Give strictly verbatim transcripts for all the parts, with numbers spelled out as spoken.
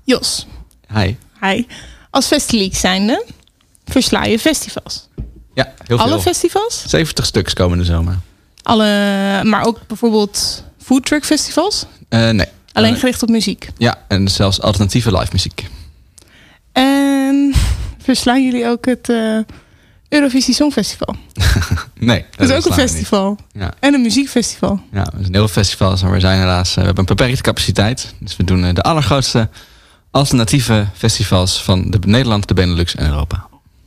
Jos. Hi. Hi. Als Festileaks zijnde versla je festivals. Ja, heel veel. Alle festivals? zeventig stuks komende zomer. Alle, maar ook bijvoorbeeld foodtruck festivals? Uh, nee. Alleen uh, gericht op muziek? Ja, en zelfs alternatieve live muziek. En verslaan jullie ook het uh, Eurovisie Songfestival? Nee. Dat, dat is ook een festival. Ja. En een muziekfestival. Ja, er zijn heel veel festivals, maar we zijn helaas, uh, we hebben een beperkte capaciteit. Dus we doen uh, de allergrootste alternatieve festivals van de Nederland, de Benelux en Europa.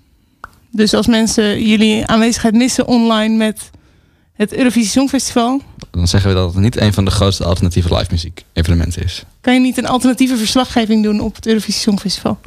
Dus als mensen jullie aanwezigheid missen online met het Eurovisie Songfestival, dan zeggen we dat het niet een van de grootste alternatieve live muziek evenementen is. Kan je niet een alternatieve verslaggeving doen op het Eurovisie Songfestival?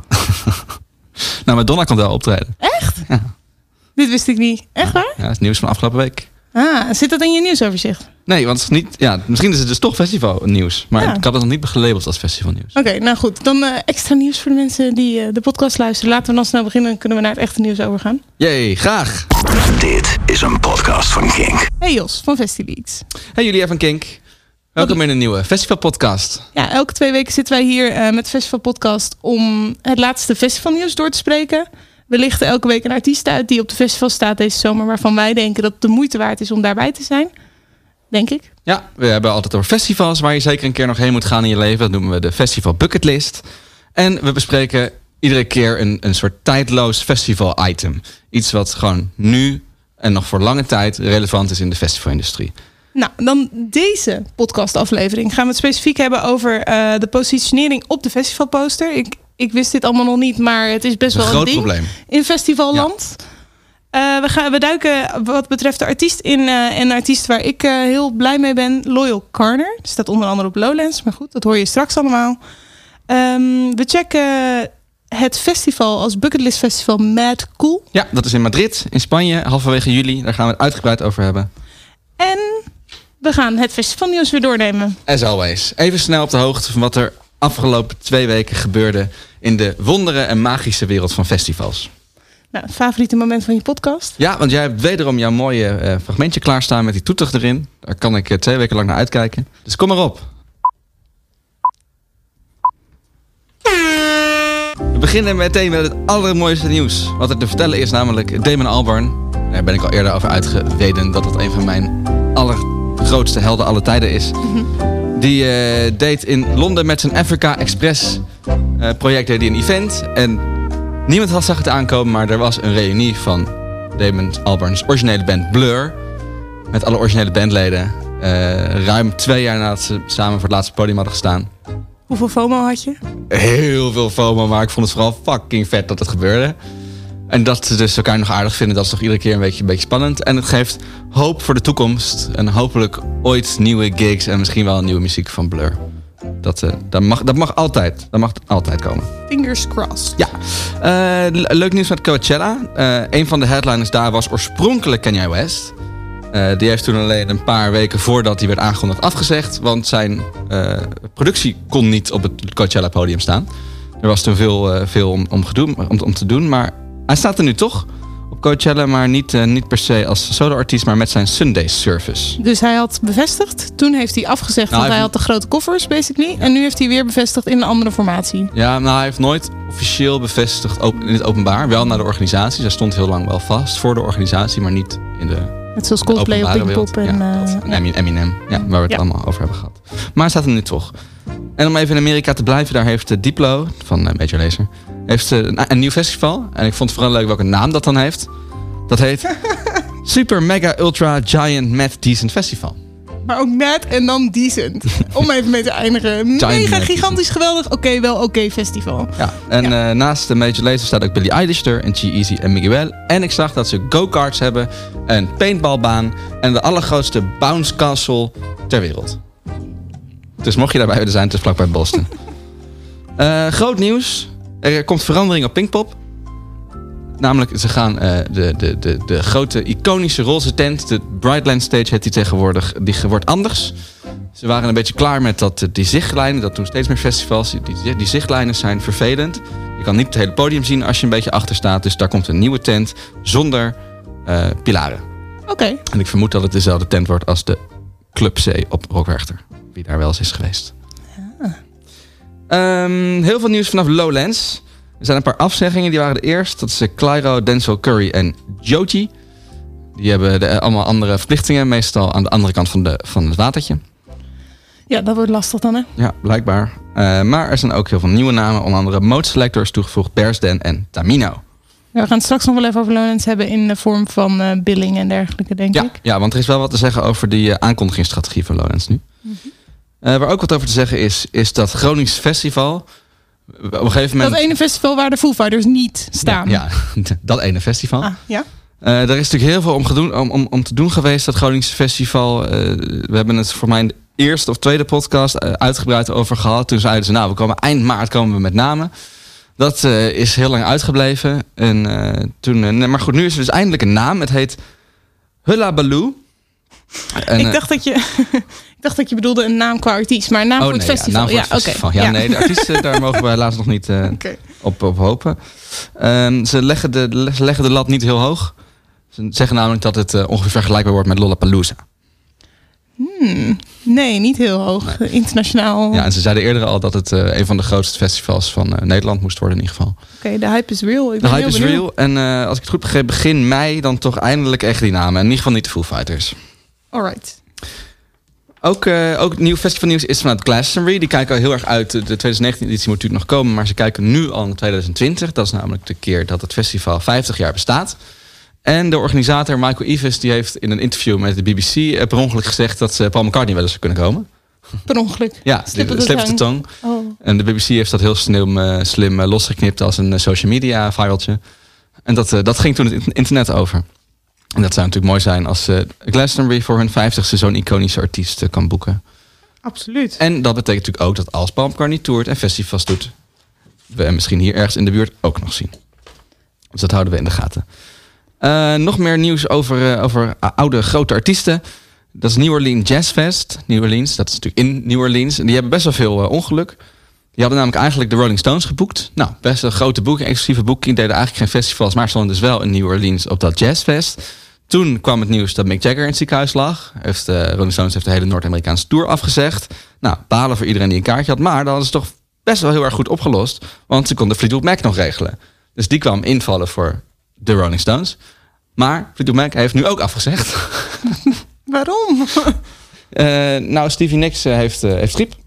Nou, Madonna komt wel optreden. Echt? Ja. Dit wist ik niet. Echt ja, waar? Ja, dat is nieuws van afgelopen week. Ah, zit dat in je nieuwsoverzicht? Nee, want het is niet. Ja, misschien is het dus toch festivalnieuws. Maar ja. ik had het nog niet gelabeld als festivalnieuws. Oké, okay, nou goed. Dan uh, extra nieuws voor de mensen die uh, de podcast luisteren. Laten we dan snel beginnen. Dan kunnen we naar het echte nieuws overgaan. Jee, graag. Dit is een podcast van Kink. Hey Jos, van Festileaks. Hey Julia van Kink. Welkom in een nieuwe festivalpodcast. Ja, elke twee weken zitten wij hier uh, met Festivalpodcast om het laatste festivalnieuws door te spreken. We lichten elke week een artiest uit die op de festival staat deze zomer, waarvan wij denken dat het de moeite waard is om daarbij te zijn. Denk ik. Ja, we hebben altijd over festivals waar je zeker een keer nog heen moet gaan in je leven. Dat noemen we de Festival Bucketlist. En we bespreken iedere keer een, een soort tijdloos festival item. Iets wat gewoon nu en nog voor lange tijd relevant is in de festivalindustrie. Nou, dan deze podcastaflevering gaan we het specifiek hebben over uh, de positionering op de festivalposter. Ik, ik wist dit allemaal nog niet, maar het is best een wel groot een ding probleem in festivalland. Ja. Uh, we, gaan, we duiken wat betreft de artiest in uh, een artiest waar ik uh, heel blij mee ben. Loyal Carner. Die staat onder andere op Lowlands, maar goed, dat hoor je straks allemaal. Um, we checken het festival als Bucketlist Festival Mad Cool. Ja, dat is in Madrid, in Spanje, halverwege juli. Daar gaan we het uitgebreid over hebben. En we gaan het festivalnieuws weer doornemen. As always. Even snel op de hoogte van wat er afgelopen twee weken gebeurde in de wondere en magische wereld van festivals. Nou, favoriete moment van je podcast? Ja, want jij hebt wederom jouw mooie uh, fragmentje klaarstaan met die toeter erin. Daar kan ik uh, twee weken lang naar uitkijken. Dus kom maar op. We beginnen meteen met het allermooiste nieuws. Wat er te vertellen is, namelijk Damon Albarn. Daar ben ik al eerder over uitgeweden dat dat een van mijn allergrootste helden aller tijden is. Mm-hmm. Die uh, deed in Londen met zijn Africa Express uh, project deed hij een event. En niemand had zag het aankomen, maar er was een reunie van Damon Albarn's originele band Blur. Met alle originele bandleden. Uh, ruim twee jaar nadat ze samen voor het laatste podium hadden gestaan. Hoeveel FOMO had je? Heel veel FOMO, maar ik vond het vooral fucking vet dat het gebeurde. En dat ze dus elkaar nog aardig vinden, dat is toch iedere keer een beetje, een beetje spannend. En het geeft hoop voor de toekomst. En hopelijk ooit nieuwe gigs en misschien wel nieuwe muziek van Blur. Dat, uh, dat, mag, dat mag altijd. Dat mag altijd komen. Fingers crossed. Ja. Uh, leuk nieuws met Coachella. Uh, een van de headliners daar was oorspronkelijk Kanye West. Uh, die heeft toen alleen een paar weken voordat hij werd aangekondigd afgezegd. Want zijn uh, productie kon niet op het Coachella podium staan. Er was toen veel, uh, veel om, om, gedoe, om, om te doen. Maar hij staat er nu toch op Coachella. Maar niet, uh, niet per se als solo-artiest, maar met zijn Sunday Service. Dus hij had bevestigd. Toen heeft hij afgezegd, nou, want hij, hij had de grote koffers, basically. Ja. En nu heeft hij weer bevestigd in een andere formatie. Ja, nou, hij heeft nooit officieel bevestigd in het openbaar. Wel naar de organisatie. Hij stond heel lang wel vast voor de organisatie, maar niet in de... Net zoals Coldplay op Pinkpop en, ja, uh, en Eminem, ja, waar we het ja. allemaal over hebben gehad. Maar hij staat er nu toch. En om even in Amerika te blijven, daar heeft uh, Diplo van uh, Major Lazer heeft, uh, een, een nieuw festival. En ik vond het vooral leuk welke naam dat dan heeft. Dat heet Super Mega Ultra Giant Mad Decent Festival. Maar ook mad en dan decent. Om even mee te eindigen. Mega gigantisch decent. Geweldig. Oké, okay, wel oké okay festival. Ja, en ja. Uh, naast de Major Lazer staat ook Billie Eilish er. En G-Eazy en Miguel. En ik zag dat ze go-karts hebben. Een paintballbaan. En de allergrootste bounce castle ter wereld. Dus mocht je daarbij willen zijn, het is vlakbij Boston. uh, groot nieuws. Er komt verandering op Pinkpop. Namelijk, ze gaan uh, de, de, de, de grote iconische roze tent, de Brightline Stage heet die tegenwoordig, die wordt anders. Ze waren een beetje klaar met dat, die zichtlijnen, dat doen steeds meer festivals. Die, die, die zichtlijnen zijn vervelend. Je kan niet het hele podium zien als je een beetje achter staat. Dus daar komt een nieuwe tent zonder uh, pilaren. Oké. Okay. En ik vermoed dat het dezelfde tent wordt als de Club C op Rockwerchter. Wie daar wel eens is geweest. Ja. Um, heel veel nieuws vanaf Lowlands. Er zijn een paar afzeggingen, die waren er eerst. Dat is uh, Clairo, Denzel Curry en Joji. Die hebben de, allemaal andere verplichtingen. Meestal aan de andere kant van, de, van het watertje. Ja, dat wordt lastig dan, hè? Ja, blijkbaar. Uh, maar er zijn ook heel veel nieuwe namen. Onder andere Mode Selectors toegevoegd, Bearsden en Tamino. Ja, we gaan het straks nog wel even over Lowlands hebben in de vorm van uh, billing en dergelijke, denk ja, ik. Ja, want er is wel wat te zeggen over die uh, aankondigingsstrategie van Lowlands nu. Mm-hmm. Uh, waar ook wat over te zeggen is, is dat Gronings Festival... Op een gegeven moment... Dat ene festival waar de Foo Fighters niet staan. Ja, ja dat ene festival. Ah, ja. Uh, er is natuurlijk heel veel om, gedoen, om, om, om te doen geweest, dat Groningse Festival. Uh, we hebben het voor mijn eerste of tweede podcast uh, uitgebreid over gehad. Toen zeiden ze, nou, we komen eind maart komen we met namen. Dat uh, is heel lang uitgebleven. En, uh, toen, uh, maar goed, nu is er dus eindelijk een naam. Het heet Hullabaloo. En, ik, dacht dat je, ik dacht dat je bedoelde een naam qua artiest, maar een naam oh, voor het nee, festival. Ja, naam voor het ja, festival. Okay. Ja, ja, nee, de artiesten, daar mogen we helaas nog niet uh, okay. op, op hopen. Um, ze, leggen de, ze leggen de lat niet heel hoog. Ze zeggen namelijk dat het uh, ongeveer vergelijkbaar wordt met Lollapalooza. Hmm, nee, niet heel hoog. Nee. Internationaal. Ja, en ze zeiden eerder al dat het uh, een van de grootste festivals van uh, Nederland moest worden in ieder geval. Oké, okay, de hype is real. Ik de ben hype is benieuwd. real. En uh, als ik het goed begreep, begin mei dan toch eindelijk echt die namen. En in ieder geval niet de Foo Fighters. Alright. Ook, uh, ook nieuw festivalnieuws is vanuit Glastonbury. Die kijken al heel erg uit. De twintig negentien editie moet natuurlijk nog komen. Maar ze kijken nu al naar twintig twintig. Dat is namelijk de keer dat het festival vijftig jaar bestaat. En de organisator Michael Eavis die heeft in een interview met de B B C per ongeluk gezegd dat ze Paul McCartney wel eens zou kunnen komen. Per ongeluk? Ja, slip op de tong. Oh. En de B B C heeft dat heel slim, uh, slim uh, losgeknipt als een uh, social media viraltje. En dat, uh, dat ging toen het internet over. En dat zou natuurlijk mooi zijn als uh, Glastonbury voor hun vijftigste zo'n iconische artiest uh, kan boeken. Absoluut. En dat betekent natuurlijk ook dat als Paul McCartney toert en festivals doet, we hem misschien hier ergens in de buurt ook nog zien. Dus dat houden we in de gaten. Uh, nog meer nieuws over, uh, over oude grote artiesten. Dat is New Orleans Jazz Fest. New Orleans, dat is natuurlijk in New Orleans. En die hebben best wel veel uh, ongeluk. Die hadden namelijk eigenlijk de Rolling Stones geboekt. Nou, best een grote boeking, exclusieve boeking. Deden eigenlijk geen festivals, maar stonden dus wel in New Orleans op dat jazzfest. Toen kwam het nieuws dat Mick Jagger in het ziekenhuis lag. Heeft, uh, Rolling Stones heeft de hele Noord-Amerikaanse tour afgezegd. Nou, balen voor iedereen die een kaartje had. Maar dat hadden ze toch best wel heel erg goed opgelost. Want ze konden Fleetwood Mac nog regelen. Dus die kwam invallen voor de Rolling Stones. Maar Fleetwood Mac heeft nu ook afgezegd. Waarom? uh, nou, Stevie Nicks uh, heeft, uh, heeft griep.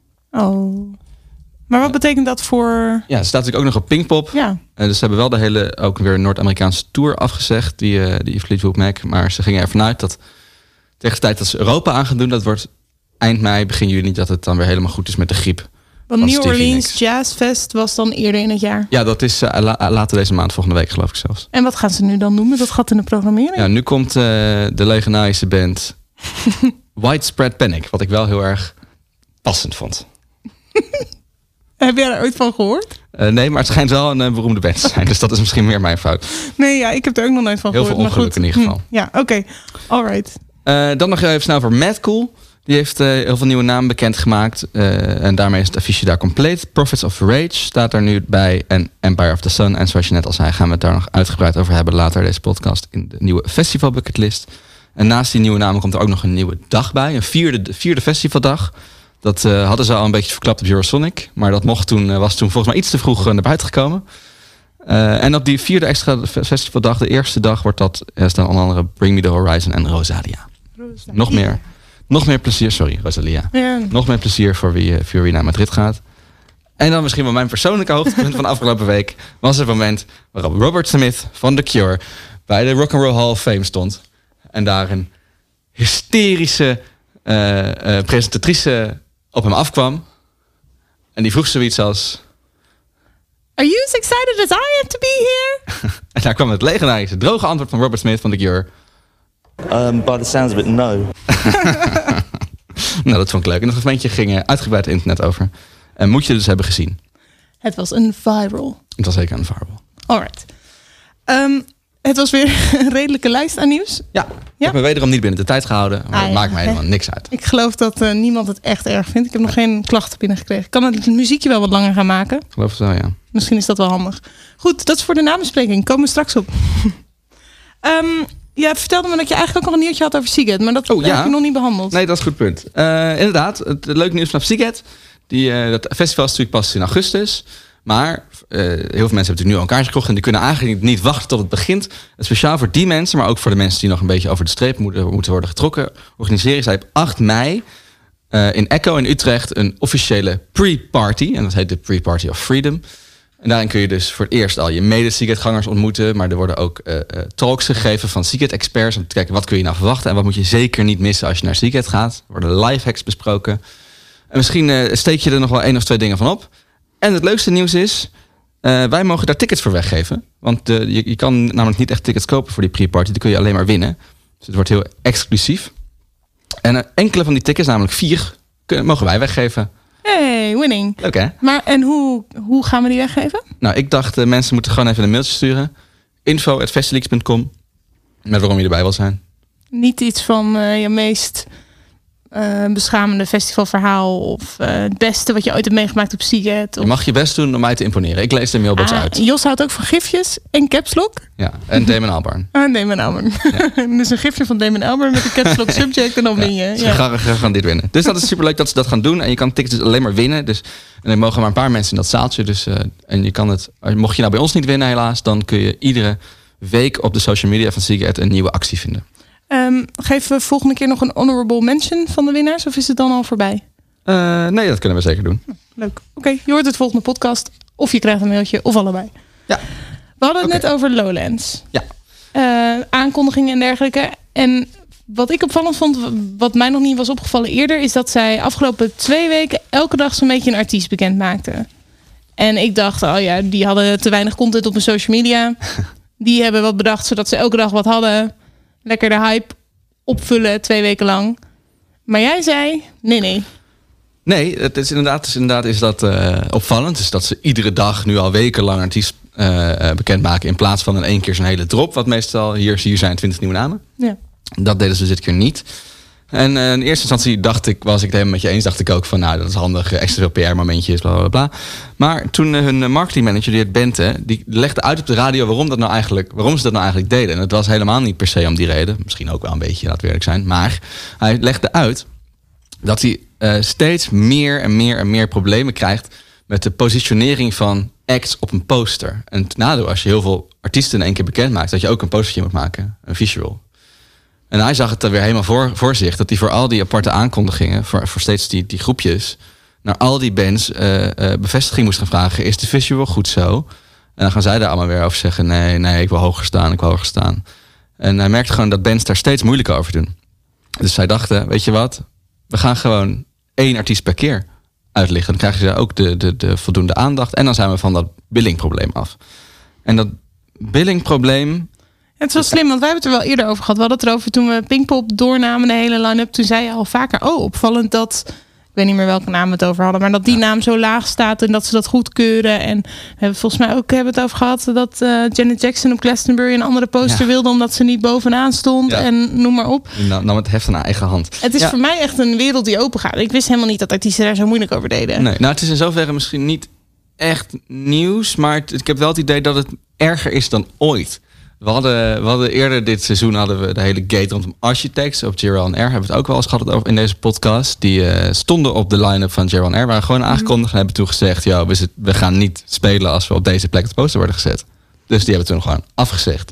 Oh. Maar wat betekent dat voor... Ja, ze staat natuurlijk ook nog op Pinkpop. Ja. Uh, dus ze hebben wel de hele, ook weer Noord-Amerikaanse tour afgezegd, die, uh, die Fleetwood Mac. Maar ze gingen ervan uit dat tegen de tijd dat ze Europa aan gaan doen, dat wordt eind mei, begin juni, dat het dan weer helemaal goed is met de griep. Want New Orleans Jazz Fest was dan eerder in het jaar. Ja, dat is uh, la- later deze maand, volgende week geloof ik zelfs. En wat gaan ze nu dan doen met dat gat in de programmering? Ja, nu komt uh, de legendarische band Widespread Panic, wat ik wel heel erg passend vond. Heb jij daar ooit van gehoord? Uh, nee, maar het schijnt wel een uh, beroemde band te zijn. Dus dat is misschien meer mijn fout. Nee, ja, ik heb er ook nog nooit van heel gehoord. Heel veel ongeluk in ieder geval. Hm, ja, oké. Okay. Alright. Uh, dan nog even snel voor Mad Cool. Die heeft uh, heel veel nieuwe namen bekendgemaakt. Uh, en daarmee is het affiche daar compleet. Prophets of Rage staat er nu bij. En Empire of the Sun. En zoals je net al zei, gaan we het daar nog uitgebreid over hebben later deze podcast in de nieuwe festival bucketlist. En naast die nieuwe namen komt er ook nog een nieuwe dag bij. Een vierde, vierde festivaldag. Dat uh, hadden ze al een beetje verklapt op Eurosonic. Maar dat mocht toen, uh, was toen volgens mij iets te vroeg uh, naar buiten gekomen. Uh, en op die vierde extra festivaldag, de eerste dag, wordt dat uh, staan onder andere Bring Me The Horizon en Rosalia. Rosalia. Nog meer, nog meer plezier, sorry Rosalia. Ja. Nog meer plezier voor wie, uh, voor wie naar Madrid gaat. En dan misschien wel mijn persoonlijke hoogtepunt van de afgelopen week was het moment waarop Robert Smith van The Cure bij de Rock and Roll Hall of Fame stond. En daar een hysterische uh, uh, presentatrice op hem afkwam. En die vroeg zoiets als... Are you as excited as I am to be here? En daar kwam het legendarische droge antwoord van Robert Smith van The Cure. Um, by the sounds of it, no. Nou, dat vond ik leuk. En dat momentje ging uitgebreid het internet over. En moet je dus hebben gezien. Het was een viral. Het was zeker een viral. Alright. Um, het was weer een redelijke lijst aan nieuws. Ja, ik ja? heb me wederom niet binnen de tijd gehouden. Maar ah, dat ja, maakt mij helemaal niks uit. Ik geloof dat uh, niemand het echt erg vindt. Ik heb nog geen klachten binnengekregen. Ik kan het muziekje wel wat langer gaan maken. Ik geloof het wel, ja. Misschien is dat wel handig. Goed, dat is voor de namenspreking. Komen we straks op. um, ja, vertelde me dat je eigenlijk ook nog een nieuwtje had over Seagate. Maar dat oh, ja? heb je nog niet behandeld. Nee, dat is een goed punt. Uh, inderdaad, het leuke nieuws vanaf Seagate. Die, uh, dat festival is natuurlijk pas in augustus. Maar uh, heel veel mensen hebben natuurlijk nu al een kaartje gekocht. En die kunnen eigenlijk niet wachten tot het begint. En speciaal voor die mensen, maar ook voor de mensen die nog een beetje over de streep moeten, moeten worden getrokken, organiseren zij op acht mei uh, in Echo in Utrecht een officiële pre-party. En dat heet de Pre-Party of Freedom. En daarin kun je dus voor het eerst al je mede-Seagate-gangers ontmoeten. Maar er worden ook uh, uh, talks gegeven van Seagate-experts om te kijken wat kun je nou verwachten en wat moet je zeker niet missen als je naar Seagate gaat. Er worden lifehacks besproken. En misschien uh, steek je er nog wel één of twee dingen van op. En het leukste nieuws is, uh, wij mogen daar tickets voor weggeven. Want uh, je, je kan namelijk niet echt tickets kopen voor die pre-party. Die kun je alleen maar winnen. Dus het wordt heel exclusief. En uh, enkele van die tickets, namelijk vier, kunnen, mogen wij weggeven. Hey, winning. Leuk hè? Maar en hoe, hoe gaan we die weggeven? Nou, ik dacht, uh, mensen moeten gewoon even een mailtje sturen. info at festileaks punt com met waarom je erbij wil zijn. Niet iets van uh, je meest uh, beschamende festivalverhaal of uh, het beste wat je ooit hebt meegemaakt op Seagate. Of... Je mag je best doen om mij te imponeren. Ik lees de mailbox ah, uit. Jos houdt ook van gifjes en caps lock. Ja, en Damon Albarn. Ah, Damon Albarn. Ja. Dus een gifje van Damon Albarn met een caps lock subject en dan win je. Ze Ja. gaan, gaan dit winnen. Dus dat is superleuk dat ze dat gaan doen. En je kan tickets dus alleen maar winnen. Dus, en er mogen maar een paar mensen in dat zaaltje. Dus, uh, en je kan het, mocht je nou bij ons niet winnen helaas, dan kun je iedere week op de social media van Seagate een nieuwe actie vinden. Um, geven we volgende keer nog een honorable mention van de winnaars? Of is het dan al voorbij? Uh, nee, dat kunnen we zeker doen. Leuk. Oké, okay, je hoort het volgende podcast. Of je krijgt een mailtje, of allebei. Ja. We hadden het Okay. net over Lowlands. Ja. Uh, aankondigingen en dergelijke. En wat ik opvallend vond, wat mij nog niet was opgevallen eerder, is dat zij afgelopen twee weken elke dag zo'n beetje een artiest bekend maakten. En ik dacht, oh ja, die hadden te weinig content op hun social media. Die hebben wat bedacht, zodat ze elke dag wat hadden. Lekker de hype opvullen twee weken lang. Maar jij zei, nee, nee. Nee, het is inderdaad, is inderdaad is dat uh, opvallend. Dus dat ze iedere dag nu al wekenlang een artiest uh, uh, bekendmaken in plaats van in één keer zo'n hele drop. Wat meestal hier, hier zijn twintig nieuwe namen. Ja. Dat deden ze dit keer niet. En uh, in eerste instantie dacht ik, was ik het helemaal met je eens. Dacht ik ook van, nou, dat is handig. Extra veel P R-momentjes, bla, bla, bla. Maar toen uh, hun marketingmanager, die het Bente, die legde uit op de radio waarom, dat nou eigenlijk, waarom ze dat nou eigenlijk deden. En het was helemaal niet per se om die reden. Misschien ook wel een beetje, laat eerlijk zijn. Maar hij legde uit dat hij uh, steeds meer en meer en meer problemen krijgt met de positionering van acts op een poster. En het nadeel, als je heel veel artiesten in één keer bekend maakt, dat je ook een postertje moet maken, een visual. En hij zag het er weer helemaal voor, voor zich, dat hij voor al die aparte aankondigingen, voor, voor steeds die, die groepjes, naar al die bands uh, uh, bevestiging moest gaan vragen. Is de visual goed zo? En dan gaan zij daar allemaal weer over zeggen, nee, nee, ik wil hoger staan, ik wil hoger staan. En hij merkte gewoon dat bands daar steeds moeilijker over doen. Dus zij dachten, weet je wat, we gaan gewoon één artiest per keer uitlichten. Dan krijgen ze ook de, de, de voldoende aandacht. En dan zijn we van dat billingprobleem af. En dat billingprobleem... Het was slim, want wij hebben het er wel eerder over gehad. We hadden het erover toen we Pinkpop doornamen, de hele line-up. Toen zei je al vaker, oh, opvallend dat... Ik weet niet meer welke naam we het over hadden. Maar dat die ja. naam zo laag staat en dat ze dat goedkeuren. En we hebben volgens mij ook hebben het over gehad... dat uh, Janet Jackson op Glastonbury een andere poster ja. wilde... omdat ze niet bovenaan stond ja. en noem maar op. Nou, nam het heft aan haar eigen hand. Het is ja. voor mij echt een wereld die open gaat. Ik wist helemaal niet dat artiesten daar zo moeilijk over deden. Nee, nou, het is in zoverre misschien niet echt nieuws... maar het, ik heb wel het idee dat het erger is dan ooit... We hadden, we hadden eerder dit seizoen hadden we de hele gate rondom Architects op J R L N R. Hebben we het ook wel eens gehad over in deze podcast. Die uh, stonden op de line-up van J R L N R. Waren gewoon aangekondigd en hebben toen gezegd... Yo, we, zit, we gaan niet spelen als we op deze plek op de poster worden gezet. Dus die hebben toen gewoon afgezegd.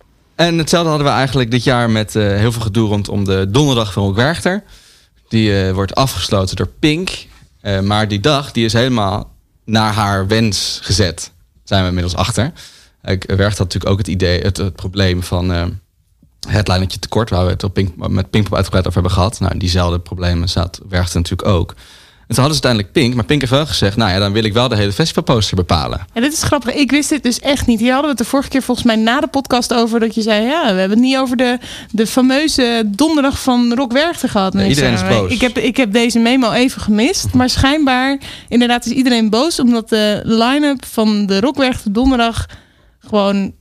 En hetzelfde hadden we eigenlijk dit jaar met uh, heel veel gedoe rondom de donderdag van Rock Werchter. Die uh, wordt afgesloten door Pink. Uh, maar die dag die is helemaal naar haar wens gezet. Zijn we inmiddels achter. Ik werkte had natuurlijk ook het idee, het, het probleem van uh, headlinertje tekort, waar we het op Pink, met Pinkpop uitgebreid over hebben gehad. Nou, diezelfde problemen zat, werkte natuurlijk ook. En toen hadden ze uiteindelijk Pink, maar Pink heeft wel gezegd, nou ja, dan wil ik wel de hele festivalposter bepalen. Ja, dit is grappig. Ik wist dit dus echt niet. Hier hadden we het de vorige keer volgens mij na de podcast over, dat je zei, ja, we hebben het niet over de, de fameuze donderdag van Rock Werchter gehad. Ja, iedereen is boos. Ik heb, ik heb deze memo even gemist, maar schijnbaar inderdaad is iedereen boos, omdat de line-up van de Rock Werchter donderdag gewoon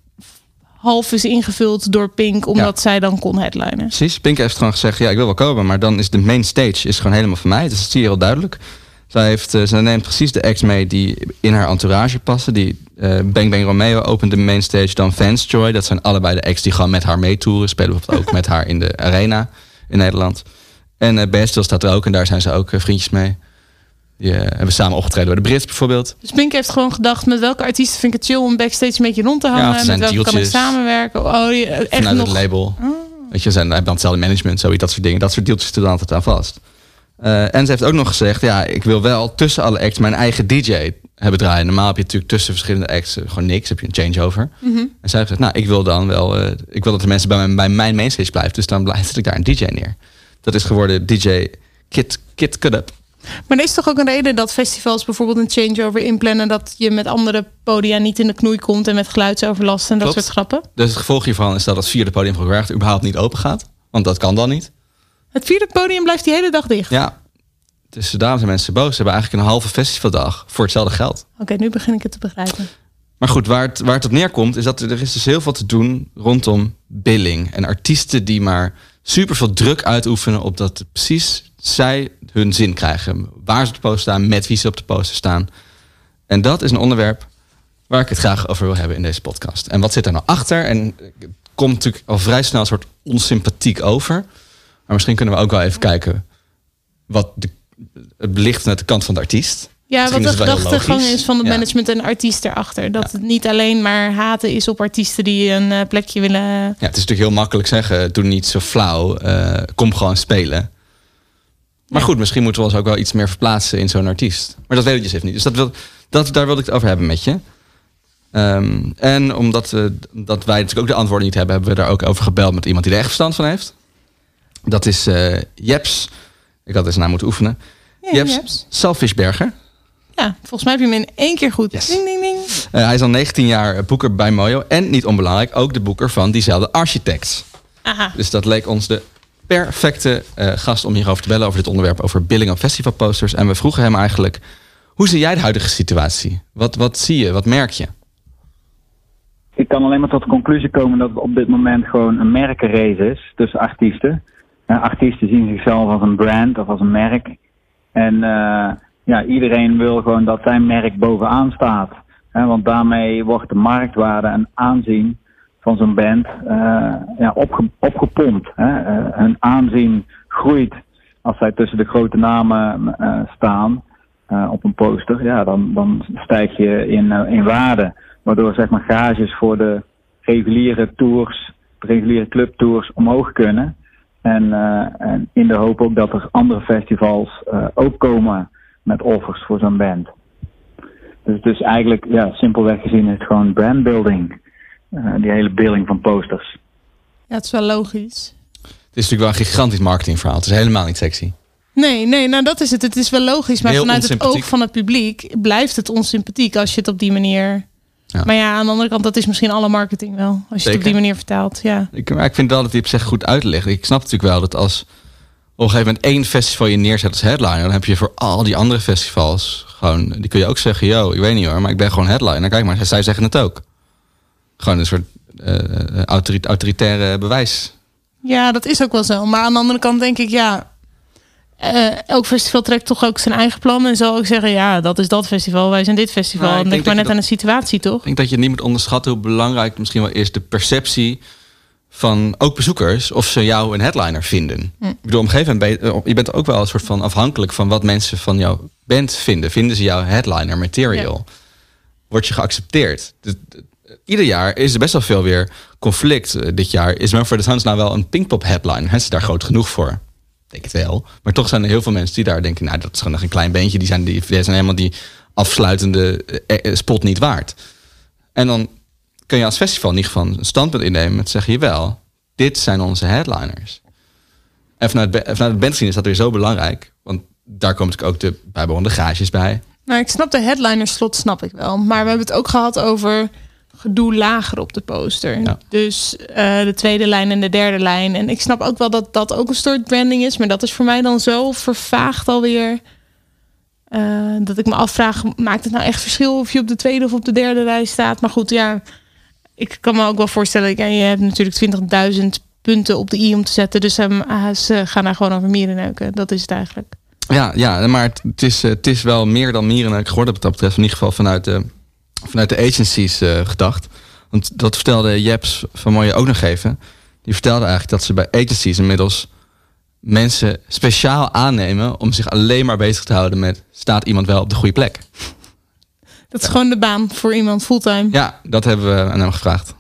half is ingevuld door Pink, omdat ja. zij dan kon headlinen. Precies, Pink heeft gewoon gezegd, ja, ik wil wel komen, maar dan is de main stage is gewoon helemaal van mij. Dus dat zie je heel duidelijk. Zij, heeft, uh, zij neemt precies de acts mee die in haar entourage passen. Die uh, Bang Bang Romeo opent de main stage, dan Vance Joy. Dat zijn allebei de acts die gewoon met haar meetoeren. Spelen bijvoorbeeld ook met haar in de arena in Nederland. En uh, Bastille staat er ook en daar zijn ze ook uh, vriendjes mee. Die uh, hebben samen opgetreden bij de Brits bijvoorbeeld. Dus Pink heeft gewoon gedacht, met welke artiesten vind ik het chill om backstage een beetje rond te hangen? Ja, met welke dealtjes, kan ik samenwerken? Oh, die, echt vanuit nog... het label. Oh. Weet je, ze hebben dan hetzelfde management, zoiets, dat soort dingen. Dat soort deeltjes zitten er altijd aan vast. Uh, en ze heeft ook nog gezegd, ja, ik wil wel tussen alle acts mijn eigen D J hebben draaien. Normaal heb je natuurlijk tussen verschillende acts uh, gewoon niks, heb je een changeover. Mm-hmm. En zij heeft gezegd, nou, ik wil dan wel, uh, ik wil dat de mensen bij mijn, bij mijn mainstage blijven. Dus dan zet ik daar een D J neer. Dat is geworden D J Kid, Kid Cut Up. Maar er is toch ook een reden dat festivals bijvoorbeeld een changeover inplannen, dat je met andere podia niet in de knoei komt en met geluidsoverlast en dat Klopt. soort grappen? Dus het gevolg hiervan is dat het vierde podium überhaupt niet open gaat. Want dat kan dan niet. Het vierde podium blijft die hele dag dicht? Ja. Dus daarom zijn mensen boos. Ze hebben eigenlijk een halve festivaldag voor hetzelfde geld. Oké, okay, nu begin ik het te begrijpen. Maar goed, waar het, waar het op neerkomt is dat er, er is dus heel veel te doen rondom billing. En artiesten die maar super veel druk uitoefenen op dat precies zij hun zin krijgen. Waar ze op de poster staan, met wie ze op de poster staan. En dat is een onderwerp waar ik het graag over wil hebben in deze podcast. En wat zit er nou achter? En het komt natuurlijk al vrij snel een soort onsympathiek over. Maar misschien kunnen we ook wel even kijken wat de, het belicht vanuit de kant van de artiest. Ja, Misschien wat de is het wel heel gedachtegang logisch. is van het Ja. management en artiest erachter. Dat Ja. het niet alleen maar haten is op artiesten die een uh, plekje willen. Ja, het is natuurlijk heel makkelijk zeggen, doe niet zo flauw, uh, kom gewoon spelen. Maar Ja. goed, misschien moeten we ons ook wel iets meer verplaatsen in zo'n artiest. Maar dat weet ik dus even niet. Dus dat wil, dat, daar wilde ik het over hebben met je. Um, en omdat uh, dat wij natuurlijk ook de antwoorden niet hebben, hebben we daar ook over gebeld met iemand die er echt verstand van heeft. Dat is uh, Jeps. Ik had eens naar moeten oefenen. Ja, Jeps, Jeps. Salvischberger. Ja, volgens mij heb je hem in één keer goed. Yes. Ding, ding, ding. Uh, hij is al negentien jaar boeker bij Mojo. En niet onbelangrijk, ook de boeker van diezelfde Architects. Aha. Dus dat leek ons de perfecte uh, gast om hierover te bellen, over dit onderwerp, over billing op festivalposters. En we vroegen hem eigenlijk, hoe zie jij de huidige situatie? Wat, wat zie je? Wat merk je? Ik kan alleen maar tot de conclusie komen dat het op dit moment gewoon een merkenrace is tussen artiesten. Uh, artiesten zien zichzelf als een brand of als een merk. En uh, ja, iedereen wil gewoon dat zijn merk bovenaan staat. Hè, want daarmee wordt de marktwaarde en aanzien van zo'n band uh, ja, opge- opgepompt. Hè. Uh, hun aanzien groeit als zij tussen de grote namen uh, staan uh, op een poster. Ja, dan, dan stijg je in, uh, in waarde. Waardoor zeg maar gages voor de reguliere tours, de reguliere clubtours omhoog kunnen. En, uh, en in de hoop ook dat er andere festivals uh, ook komen met offers voor zo'n band. Dus het is eigenlijk, ja, simpelweg gezien is het gewoon brandbuilding. Uh, die hele billing van posters. Ja, het is wel logisch. Het is natuurlijk wel een gigantisch marketingverhaal. Het is helemaal niet sexy. Nee, nee, nou dat is het. Het is wel logisch. Maar Heel vanuit het onsympathiek. oog van het publiek blijft het onsympathiek als je het op die manier... Ja. Maar ja, aan de andere kant, dat is misschien alle marketing wel. Als je Zeker. het op die manier vertaalt, ja. Ik, maar ik vind wel dat hij op zich goed uitlegt. Ik snap natuurlijk wel dat als op een gegeven moment één festival je neerzet als headliner, dan heb je voor al die andere festivals gewoon, die kun je ook zeggen, yo, ik weet niet hoor, maar ik ben gewoon headliner. Kijk maar, zij zeggen het ook. Gewoon een soort uh, autorit- autoritaire bewijs. Ja, dat is ook wel zo. Maar aan de andere kant denk ik, ja... Uh, elk festival trekt toch ook zijn eigen plan. En zal ook zeggen, ja, dat is dat festival, wij zijn dit festival. Nou, ik En denk denk maar dat net je aan de situatie, toch? Ik denk dat je niet moet onderschatten hoe belangrijk misschien wel is de perceptie van ook bezoekers of ze jou een headliner vinden. Hm. Ik bedoel, op een gegeven moment ben je, je bent ook wel een soort van afhankelijk van wat mensen van jouw band vinden. Vinden ze jouw headliner material? Ja. Word je geaccepteerd? De, de, ieder jaar is er best wel veel weer conflict. Uh, dit jaar is Mumford and Sons nou wel een Pinkpop headliner. Is daar groot genoeg voor? Ik denk het wel. Maar toch zijn er heel veel mensen die daar denken, nou, dat is gewoon nog een klein beentje. Die zijn, die, die zijn helemaal die afsluitende uh, spot niet waard. En dan kun je als festival in ieder geval een standpunt innemen met zeggen, jawel, dit zijn onze headliners. En vanuit, vanuit het bandschene is dat weer zo belangrijk. Want daar komen natuurlijk ook de bijbehorende gages bij. Nou, ik snap de headlinerslot, snap ik wel. Maar we hebben het ook gehad over gedoe lager op de poster. Ja. Dus uh, de tweede lijn en de derde lijn. En ik snap ook wel dat dat ook een soort branding is. Maar dat is voor mij dan zo vervaagd alweer. Uh, dat ik me afvraag, maakt het nou echt verschil of je op de tweede of op de derde rij staat? Maar goed, ja, ik kan me ook wel voorstellen. Ja, je hebt natuurlijk twintigduizend punten op de i om te zetten. Dus um, uh, ze gaan daar gewoon over mierenneuken. Dat is het eigenlijk. Ja, ja, maar het, het, is, het is wel meer dan mierenneuk geworden wat dat betreft. In ieder geval vanuit de, vanuit de agencies uh, gedacht. Want dat vertelde Jeps van Mooie ook nog even. Die vertelde eigenlijk dat ze bij agencies inmiddels mensen speciaal aannemen om zich alleen maar bezig te houden met, staat iemand wel op de goede plek? Dat is ja. gewoon de baan voor iemand fulltime. Ja, dat hebben we aan hem gevraagd.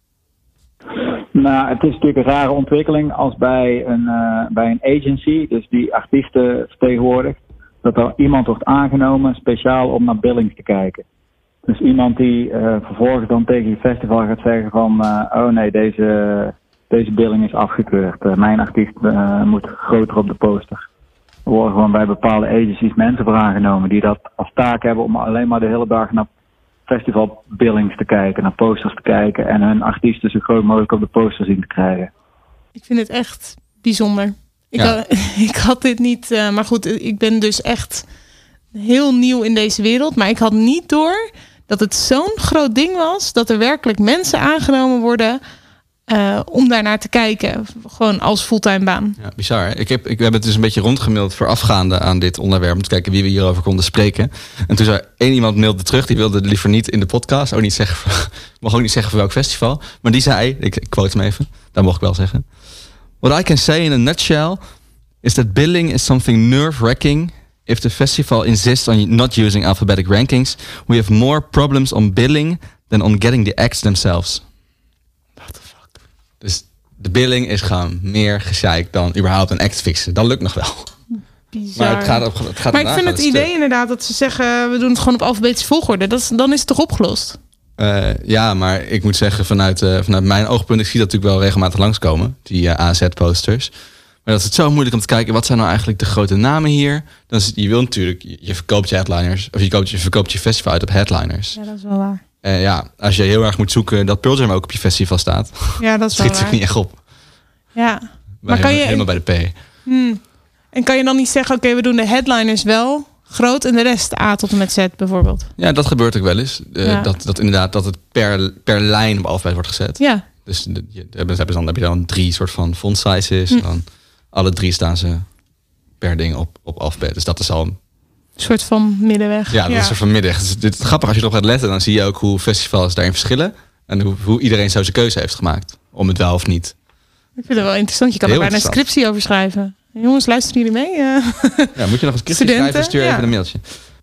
Nou, het is natuurlijk een rare ontwikkeling als bij een, uh, bij een agency, dus die artiesten vertegenwoordigt, dat er iemand wordt aangenomen speciaal om naar billings te kijken. Dus iemand die uh, vervolgens dan tegen je festival gaat zeggen van, uh, oh nee, deze, deze billing is afgekeurd. Uh, mijn artiest uh, moet groter op de poster. Er worden gewoon bij bepaalde agencies mensen voor aangenomen die dat als taak hebben om alleen maar de hele dag naar festivalbillings te kijken, naar posters te kijken en hun artiesten zo groot mogelijk op de poster zien te krijgen. Ik vind het echt bijzonder. Ik, Ja. had, ik had dit niet, uh, maar goed, ik ben dus echt heel nieuw in deze wereld, maar ik had niet door dat het zo'n groot ding was dat er werkelijk mensen aangenomen worden uh, om daarnaar te kijken. Gewoon als fulltime baan. Ja, bizar. Hè? Ik heb, ik, we hebben het dus een beetje rondgemaild voorafgaande aan dit onderwerp om te kijken wie we hierover konden spreken. En toen zei één iemand mailde terug, die wilde liever niet in de podcast, ook niet zeggen, mag ook niet zeggen voor welk festival, maar die zei, ik, ik quote hem even, dat mocht ik wel zeggen. What I can say in a nutshell is that billing is something nerve-wracking. If the festival insists on not using alphabetic rankings, we have more problems on billing than on getting the acts themselves. What the fuck? Dus de billing is gewoon meer gezeik dan überhaupt een act fixen. Dat lukt nog wel. Bizar. Maar het gaat op, het gaat maar ik daarna vind het gewoon idee stuk. inderdaad dat ze zeggen, we doen het gewoon op alfabetische volgorde. Dat is, dan is het toch opgelost? Uh, ja, maar ik moet zeggen, vanuit, uh, vanuit mijn oogpunt, ik zie dat natuurlijk wel regelmatig langskomen, die uh, A Z-posters. Maar dat is het zo moeilijk om te kijken, wat zijn nou eigenlijk de grote namen hier? Dan is het, je wil natuurlijk, je, je verkoopt je headliners, of je, koopt, je verkoopt je festival uit op headliners. Ja, dat is wel waar. En ja, als je heel erg moet zoeken dat Pearl Jam ook op je festival staat, Ja, dat is schiet wel het waar. niet echt op. Ja. Bij, Maar kan je, helemaal bij de P. hmm. En kan je dan niet zeggen, oké, okay, we doen de headliners wel groot en de rest A tot en met Z bijvoorbeeld? Ja, dat gebeurt ook wel eens. Uh, Ja. dat, dat inderdaad dat het per, per lijn op alfabet wordt gezet. Ja. Dus de, je, hebben, hebben dan, heb je dan drie soort van font sizes. Hm. En dan alle drie staan ze per ding op, op alfabet. Dus dat is al een, Een soort van middenweg. ja, dat is er vanmiddag. Dus dit is grappig als je erop gaat letten. Dan zie je ook hoe festivals daarin verschillen. En hoe, hoe iedereen zo zijn keuze heeft gemaakt. Om het wel of niet. Ik vind het wel interessant. Je kan Heel er bijna een interessant. scriptie over schrijven. Jongens, luisteren jullie mee? Uh, Ja, moet je nog een scriptie Studenten, schrijven? Stuur ja. even een mailtje.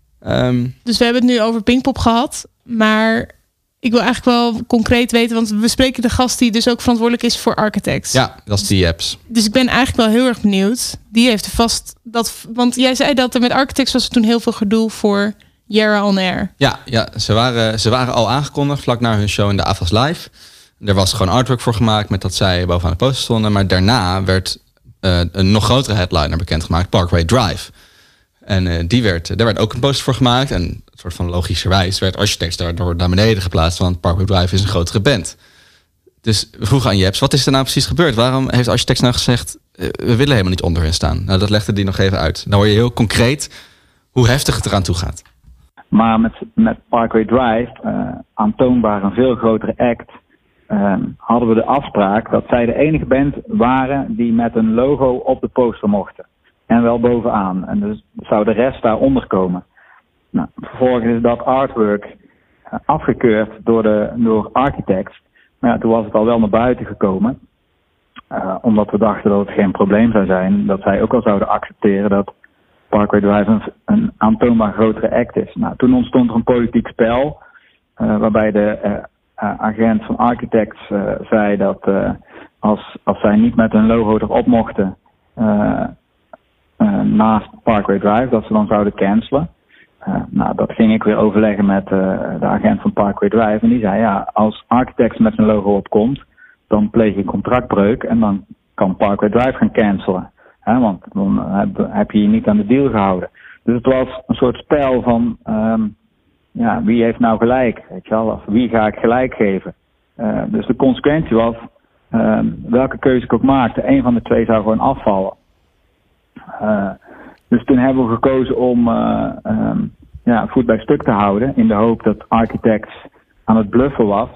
Um, dus we hebben het nu over Pinkpop gehad. Maar ik wil eigenlijk wel concreet weten. Want we spreken de gast die dus ook verantwoordelijk is voor Architects. ja, dat is die apps. Dus ik ben eigenlijk wel heel erg benieuwd. Die heeft er vast dat. Want jij zei dat er met Architects was er toen heel veel gedoe voor Jera On Air. Ja, ja ze, waren, ze waren al aangekondigd vlak na hun show in de A F A S Live. Er was gewoon artwork voor gemaakt met dat zij bovenaan de poster stonden. Maar daarna werd uh, een nog grotere headliner bekendgemaakt, Parkway Drive. En uh, die werd, daar werd ook een poster voor gemaakt. En een soort van logischerwijs werd Architects daardoor naar beneden geplaatst. Want Parkway Drive is een grotere band. Dus we vroegen aan Jeps, wat is er nou precies gebeurd? Waarom heeft Architects nou gezegd, uh, we willen helemaal niet onder hen staan? Nou, dat legde die nog even uit. Dan hoor je heel concreet hoe heftig het eraan toe gaat. Maar met, met Parkway Drive, uh, aantoonbaar een veel grotere act, uh, hadden we de afspraak dat zij de enige band waren die met een logo op de poster mochten. En wel bovenaan. En dus zou de rest daaronder komen. Nou, vervolgens is dat artwork uh, afgekeurd door, de, door Architects. Maar ja, toen was het al wel naar buiten gekomen. Uh, omdat we dachten dat het geen probleem zou zijn. Dat zij ook al zouden accepteren dat Parkway Drive een, een aantoonbaar grotere act is. Nou, toen ontstond er een politiek spel. Uh, waarbij de uh, uh, agent van Architects uh, zei dat uh, als, als zij niet met hun logo erop mochten uh, uh, naast Parkway Drive, dat ze dan zouden cancelen. Uh, nou, dat ging ik weer overleggen met uh, de agent van Parkway Drive. En die zei, ja, als Architects met zijn logo opkomt, dan pleeg je contractbreuk en dan kan Parkway Drive gaan cancelen. He, want dan heb, heb je je niet aan de deal gehouden. Dus het was een soort spel van, um, ja, wie heeft nou gelijk? Weet je wel, of wie ga ik gelijk geven? Uh, dus de consequentie was, um, welke keuze ik ook maakte, een van de twee zou gewoon afvallen. Uh, dus toen hebben we gekozen om uh, um, ja, voet bij stuk te houden, in de hoop dat Architects aan het bluffen was.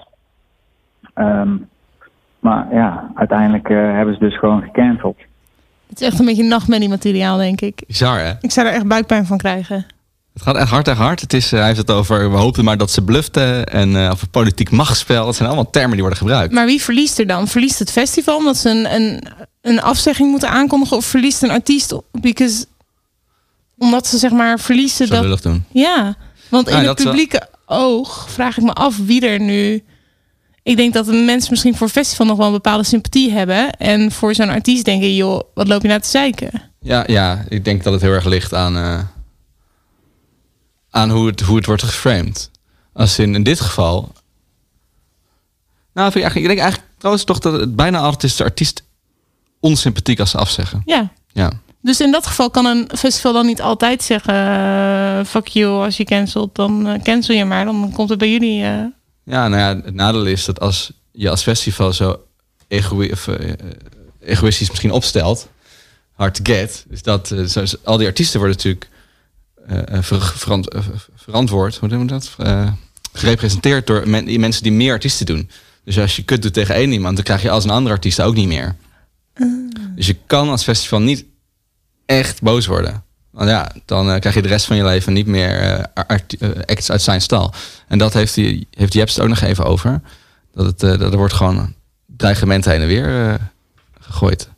Um, maar ja, uiteindelijk uh, hebben ze dus gewoon gecanceld. Het is echt een beetje nachtmerrie-materiaal, denk ik. Bizar, hè? Ik zou er echt buikpijn van krijgen. Het gaat echt hard en hard. Het is, hij heeft het over, we hopen maar dat ze bluften. En uh, over politiek machtsspel. Dat zijn allemaal termen die worden gebruikt. Maar wie verliest er dan? Verliest het festival omdat ze een, een, een afzegging moeten aankondigen of verliest een artiest? Because, omdat ze zeg maar verliezen Zo dat. lullig doen. Ja, want in Ja, het dat is wel- publieke oog vraag ik me af wie er nu. Ik denk dat de mensen misschien voor een festival nog wel een bepaalde sympathie hebben. En voor zo'n artiest denken, joh, wat loop je nou te zeiken? Ja, ja, ik denk dat het heel erg ligt aan, uh, aan hoe, het, hoe het wordt geframed. Als in, in dit geval. Nou, vind ik, eigenlijk, ik denk eigenlijk trouwens toch dat het bijna altijd is de artiest onsympathiek als ze afzeggen. Ja. Ja. Dus in dat geval kan een festival dan niet altijd zeggen, uh, fuck you, als je cancelt, dan uh, cancel je maar. Dan komt het bij jullie. Uh... Ja, nou ja, het nadeel is dat als je als festival zo egoï- of, uh, egoïstisch misschien opstelt, hard to get, is dat uh, zo, al die artiesten worden natuurlijk uh, ver, verant, uh, verantwoord, hoe noem je dat? Uh, gerepresenteerd door men, die mensen die meer artiesten doen. Dus als je kut doet tegen één iemand, dan krijg je als een andere artiest ook niet meer. Uh. Dus je kan als festival niet echt boos worden. Want ja, dan uh, krijg je de rest van je leven niet meer uh, art, uh, acts uit zijn stal. En dat heeft, die, heeft Jepst ook nog even over. Dat, het, uh, dat er wordt gewoon dreigementen heen en weer uh, gegooid.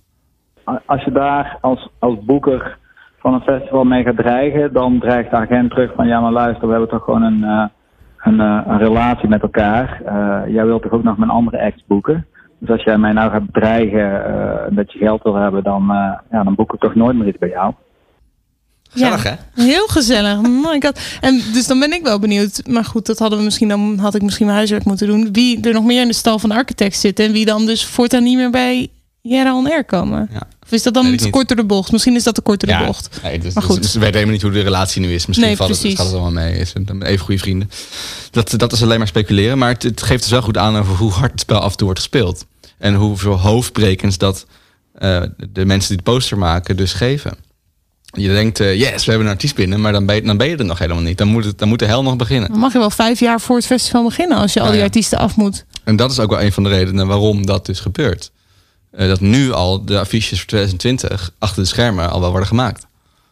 Als je daar als, als boeker van een festival mee gaat dreigen, dan dreigt de agent terug van ja, maar luister, we hebben toch gewoon een, uh, een, uh, een relatie met elkaar. Uh, jij wilt toch ook nog mijn andere acts boeken? Dus als jij mij nou gaat bedreigen uh, dat je geld wil hebben, dan, uh, ja, dan boek ik toch nooit meer iets bij jou. Gezellig, ja, hè? Heel gezellig. My God. En dus dan ben ik wel benieuwd. Maar goed, dat hadden we misschien, dan had ik misschien mijn huiswerk moeten doen. Wie er nog meer in de stal van de architects zit. En wie dan dus voortaan niet meer bij Jera On Air komen. Ja. Of is dat dan te kort door de bocht? Misschien is dat te kort door de bocht. Nee, dus, maar goed. Dus, dus we weten helemaal niet hoe de relatie nu is. Misschien nee, valt het, gaat het allemaal mee. Is het even goede vrienden. Dat, dat is alleen maar speculeren. Maar het, het geeft dus wel goed aan over hoe hard het spel af en toe wordt gespeeld. En hoeveel hoofdbrekens dat uh, de mensen die het poster maken dus geven. Je denkt, uh, yes, we hebben een artiest binnen, maar dan ben, je, dan ben je er nog helemaal niet. Dan moet, het, dan moet de hel nog beginnen. Dan mag je wel vijf jaar voor het festival beginnen als je nou, al die ja. artiesten af moet. En dat is ook wel een van de redenen waarom dat dus gebeurt. Uh, dat nu al de affiches voor twintig twintig achter de schermen al wel worden gemaakt.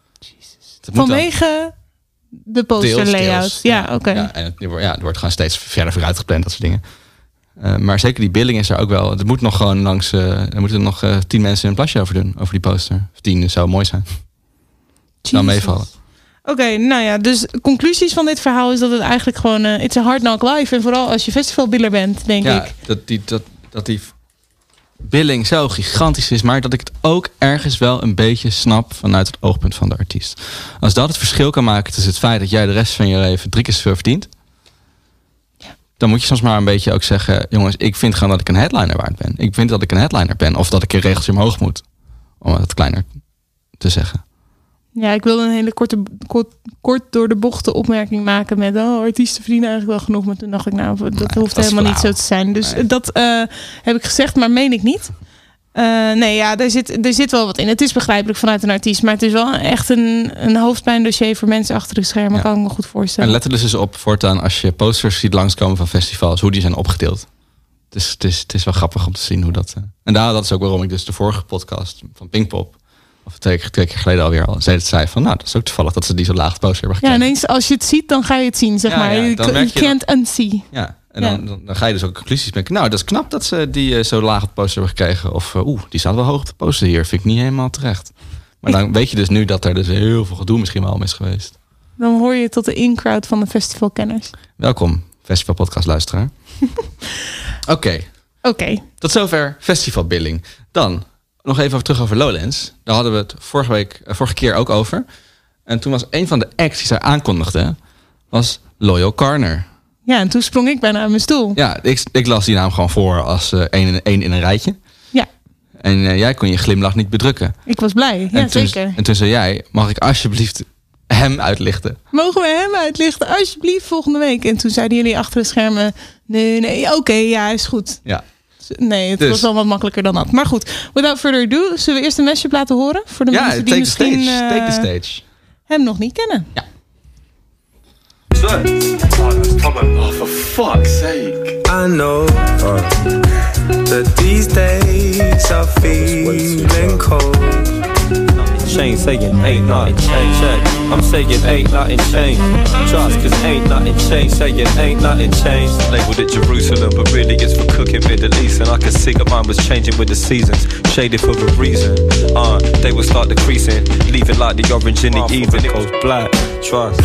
Jesus. Vanwege de poster layout. Ja, oké. Okay. Ja, en het, ja, het wordt gewoon steeds verder vooruit gepland, dat soort dingen. Uh, maar zeker die billing is er ook wel. Er moet nog gewoon langs. Uh, er moeten nog uh, tien mensen een plasje over doen. Over die poster. Of tien zou mooi zijn. Zou meevallen. Oké, okay, nou ja. Dus conclusies van dit verhaal is dat het eigenlijk gewoon. Uh, it's a hard knock life. En vooral als je festivalbiller bent, denk ja, ik. Dat die, dat, dat die billing zo gigantisch is. Maar dat ik het ook ergens wel een beetje snap vanuit het oogpunt van de artiest. Als dat het verschil kan maken tussen het feit dat jij de rest van je leven drie keer zoveel verdient. Dan moet je soms maar een beetje ook zeggen, jongens, ik vind gewoon dat ik een headliner waard ben. Ik vind dat ik een headliner ben. Of dat ik een regeltje omhoog moet. Om het kleiner te zeggen. Ja, ik wilde een hele korte, kort, kort door de bochten opmerking maken met, oh, artiesten verdienen eigenlijk wel genoeg. Maar toen dacht ik, nou, dat nee, hoeft dat helemaal niet zo te zijn. Dus nee. dat uh, heb ik gezegd, maar meen ik niet. Uh, nee, ja, er zit, er zit wel wat in. Het is begrijpelijk vanuit een artiest, maar het is wel echt een, een hoofdpijndossier voor mensen achter de schermen. Ja. Kan ik me goed voorstellen. En let er dus eens op voortaan als je posters ziet langskomen van festivals, hoe die zijn opgedeeld. Het is, het is, het is wel grappig om te zien hoe dat. Uh... En daar, dat is ook waarom ik dus de vorige podcast van Pinkpop, of twee, twee keer geleden alweer al, zei, zei van, nou, dat is ook toevallig dat ze die zo laag poster hebben gekregen. Ja, ineens als je het ziet, dan ga je het zien, zeg ja, maar. Ja, je can't unsee. Ja. En dan, ja. dan, dan ga je dus ook conclusies maken. Nou, dat is knap dat ze die uh, zo laag op de poster hebben gekregen. Of uh, oeh, die staat wel hoog op de poster hier. Vind ik niet helemaal terecht. Maar dan weet je dus nu dat er dus heel veel gedoe misschien wel om is geweest. Dan hoor je tot de in-crowd van de festivalkenners. Welkom, festivalpodcast luisteraar. Oké. Okay. Oké. Okay. Tot zover festivalbilling. Dan nog even terug over Lowlands. Daar hadden we het vorige, week, uh, vorige keer ook over. En toen was een van de acts die zij aankondigde, was Loyal Corner. Ja, en toen sprong ik bijna uit mijn stoel. Ja, ik, ik las die naam gewoon voor als uh, één, één in een rijtje. Ja. En uh, jij kon je glimlach niet bedrukken. Ik was blij, ja en toen, zeker. En toen zei jij, mag ik alsjeblieft hem uitlichten? Mogen we hem uitlichten? Alsjeblieft volgende week. En toen zeiden jullie achter de schermen, nee, nee, oké, okay, ja, is goed. Ja. Nee, het dus. was wel wat makkelijker dan dat. Maar goed, without further ado, zullen we eerst een mashup laten horen? Voor de ja, mensen die take misschien the stage. Uh, take the stage. hem nog niet kennen. Ja. Oh, for fuck's sake. I know uh, that these days are feeling cold. chain, saying ain't nothing changed. I'm saying ain't nothing changed. Trust, cause ain't nothing changed, saying ain't nothing changed. Labeled it Jerusalem, but really it's for cooking Middle East. And I could see that mine was changing with the seasons, shaded for a reason. Uh, they will start decreasing, leaving like the orange in the evening. It goes black, trust.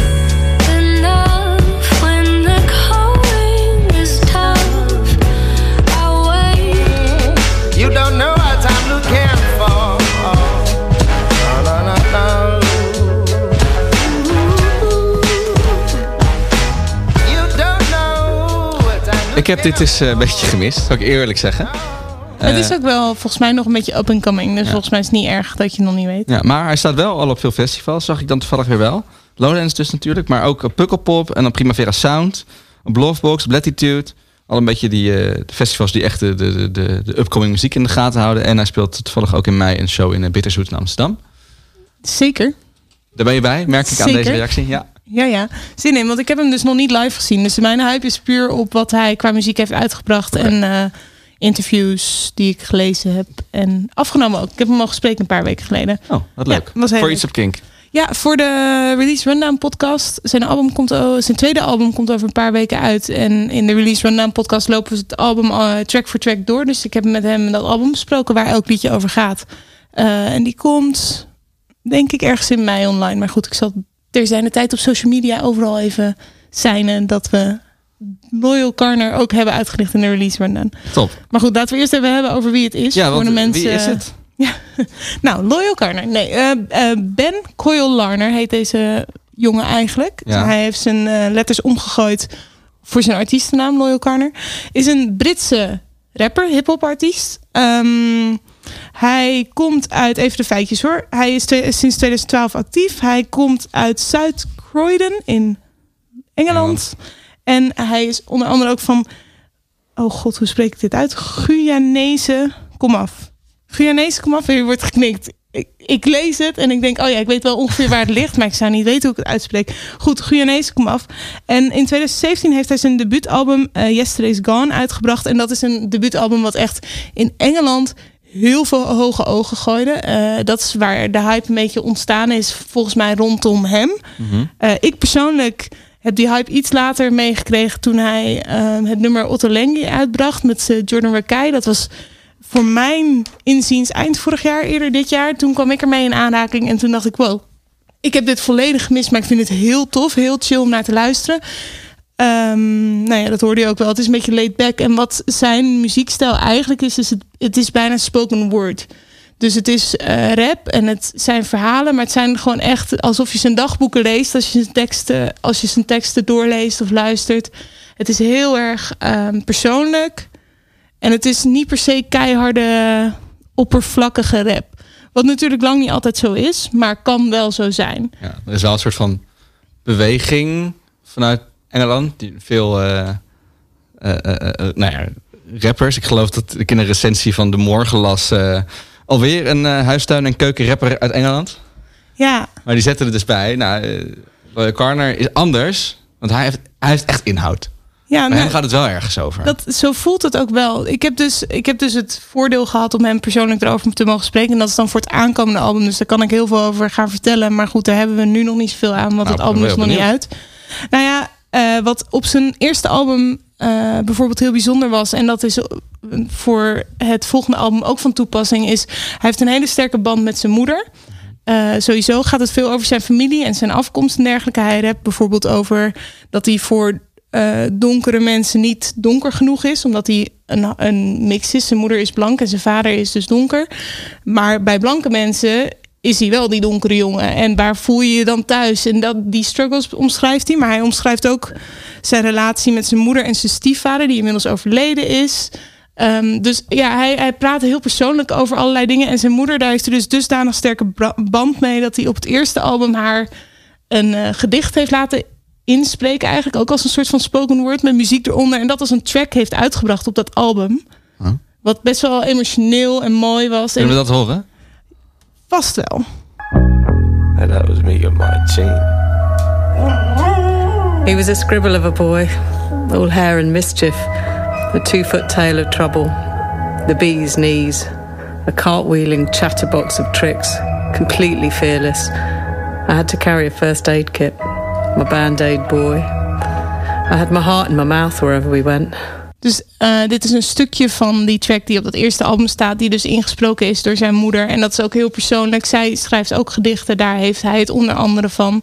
You don't know how time to care for. Oh, no, no, no. You don't know what time to Ik heb dit dus uh, een beetje gemist, zou ik eerlijk zeggen. Het is ook wel volgens mij nog een beetje up and coming. Dus ja. volgens mij is het niet erg dat je het nog niet weet. Ja, maar hij staat wel al op veel festivals, zag ik dan toevallig weer wel. Lowlands dus natuurlijk, maar ook op Pukkelpop en op Primavera Sound. Op Bluffbox, op Latitude. Al een beetje die uh, de festivals die echt de, de, de, de upcoming muziek in de gaten houden. En hij speelt toevallig ook in mei een show in uh, Bitterzoet in Amsterdam. Zeker. Daar ben je bij, merk ik Zeker. aan deze reactie. Ja. Ja, ja. Zin in, want ik heb hem dus nog niet live gezien. Dus mijn hype is puur op wat hij qua muziek heeft uitgebracht. Okay. En uh, interviews die ik gelezen heb. En afgenomen ook. Ik heb hem al gesproken een paar weken geleden. Oh, wat leuk. Ja, voor leuk. iets op Kink. Ja, voor de Release Rundown podcast. Zijn album komt zijn tweede album komt over een paar weken uit. En in de Release Rundown podcast lopen we het album uh, track voor track door. Dus ik heb met hem dat album besproken waar elk liedje over gaat. Uh, en die komt, denk ik, ergens in mei online. Maar goed, ik zal ter zijn de tijd op social media overal even zijn dat we Loyal Carner ook hebben uitgelicht in de Release Rundown. Top. Maar goed, laten we eerst even hebben over wie het is. Ja, voor want de mensen, wie is het? Ja, nou, Loyal Carner. Nee, uh, uh, Ben Coyle Larner heet deze jongen eigenlijk. Ja. Hij heeft zijn uh, letters omgegooid voor zijn artiestennaam, Loyal Carner. Is een Britse rapper, hip-hop artiest. Um, hij komt uit, even de feitjes hoor. Hij is twee, sinds twintig twaalf actief. Hij komt uit South Croydon in Engeland. En hij is onder andere ook van, oh god, hoe spreek ik dit uit? Guyanese, kom af. Guyanese, kom af, er wordt geknikt. Ik, ik lees het en ik denk, oh ja, ik weet wel ongeveer waar het ligt, maar ik zou niet weten hoe ik het uitspreek. Goed, Guyanese, kom af. En in twintig zeventien heeft hij zijn debuutalbum uh, Yesterday's Gone uitgebracht. En dat is een debuutalbum wat echt in Engeland heel veel hoge ogen gooide. Uh, dat is waar de hype een beetje ontstaan is, volgens mij rondom hem. Mm-hmm. Uh, ik persoonlijk heb die hype iets later meegekregen toen hij uh, het nummer Ottolenghi uitbracht met uh, Jordan Rakei. Dat was voor mijn inziens eind vorig jaar, eerder dit jaar. Toen kwam ik ermee in aanraking en toen dacht ik, wow, ik heb dit volledig gemist, maar ik vind het heel tof, heel chill om naar te luisteren. Um, nou ja, dat hoorde je ook wel. Het is een beetje laid back. En wat zijn muziekstijl eigenlijk is, is het, het is bijna spoken word. Dus het is uh, rap en het zijn verhalen, maar het zijn gewoon echt alsof je zijn dagboeken leest als je zijn teksten, als je zijn teksten doorleest of luistert. Het is heel erg um, persoonlijk. En het is niet per se keiharde, oppervlakkige rap. Wat natuurlijk lang niet altijd zo is, maar kan wel zo zijn. Ja, er is wel een soort van beweging vanuit Engeland. Die veel uh, uh, uh, uh, nou ja, rappers. Ik geloof dat ik in een recensie van De Morgen las Uh, alweer een uh, huistuin- en keukenrapper uit Engeland. Ja. Maar die zetten er dus bij. Nou, uh, Loyal Carner is anders, want hij heeft, hij heeft echt inhoud. Ja, maar nou, hem gaat het wel ergens over. Dat, zo voelt het ook wel. Ik heb, dus, ik heb dus het voordeel gehad om hem persoonlijk erover te mogen spreken. En dat is dan voor het aankomende album. Dus daar kan ik heel veel over gaan vertellen. Maar goed, daar hebben we nu nog niet zoveel aan. Want nou, het album is nog niet uit. Nou ja, uh, wat op zijn eerste album uh, bijvoorbeeld heel bijzonder was. En dat is voor het volgende album ook van toepassing. Is hij heeft een hele sterke band met zijn moeder. Uh, sowieso gaat het veel over zijn familie en zijn afkomst en dergelijke. Hij rapt bijvoorbeeld over dat hij voor Uh, donkere mensen niet donker genoeg is, omdat hij een, een mix is. Zijn moeder is blank en zijn vader is dus donker. Maar bij blanke mensen is hij wel die donkere jongen. En waar voel je je dan thuis? En dat, die struggles omschrijft hij. Maar hij omschrijft ook zijn relatie met zijn moeder en zijn stiefvader, die inmiddels overleden is. Um, dus ja, hij, hij praat heel persoonlijk over allerlei dingen. En zijn moeder, daar heeft hij dus dusdanig sterke band mee, dat hij op het eerste album haar een uh, gedicht heeft laten inspreken, eigenlijk ook als een soort van spoken word met muziek eronder, en dat als een track heeft uitgebracht op dat album. Huh? Wat best wel emotioneel en mooi was. Kunnen we dat horen? Vast wel. And that was me and my team. He was a scribble of a boy, all hair and mischief, a two-foot tail of trouble, the bee's knees, a cartwheeling chatterbox of tricks, completely fearless. I had to carry a first aid kit, my Band-Aid boy. I had my heart in my mouth wherever we went. Dus uh, dit is een stukje van die track die op dat eerste album staat, die dus ingesproken is door zijn moeder. En dat is ook heel persoonlijk. Zij schrijft ook gedichten, daar heeft hij het onder andere van.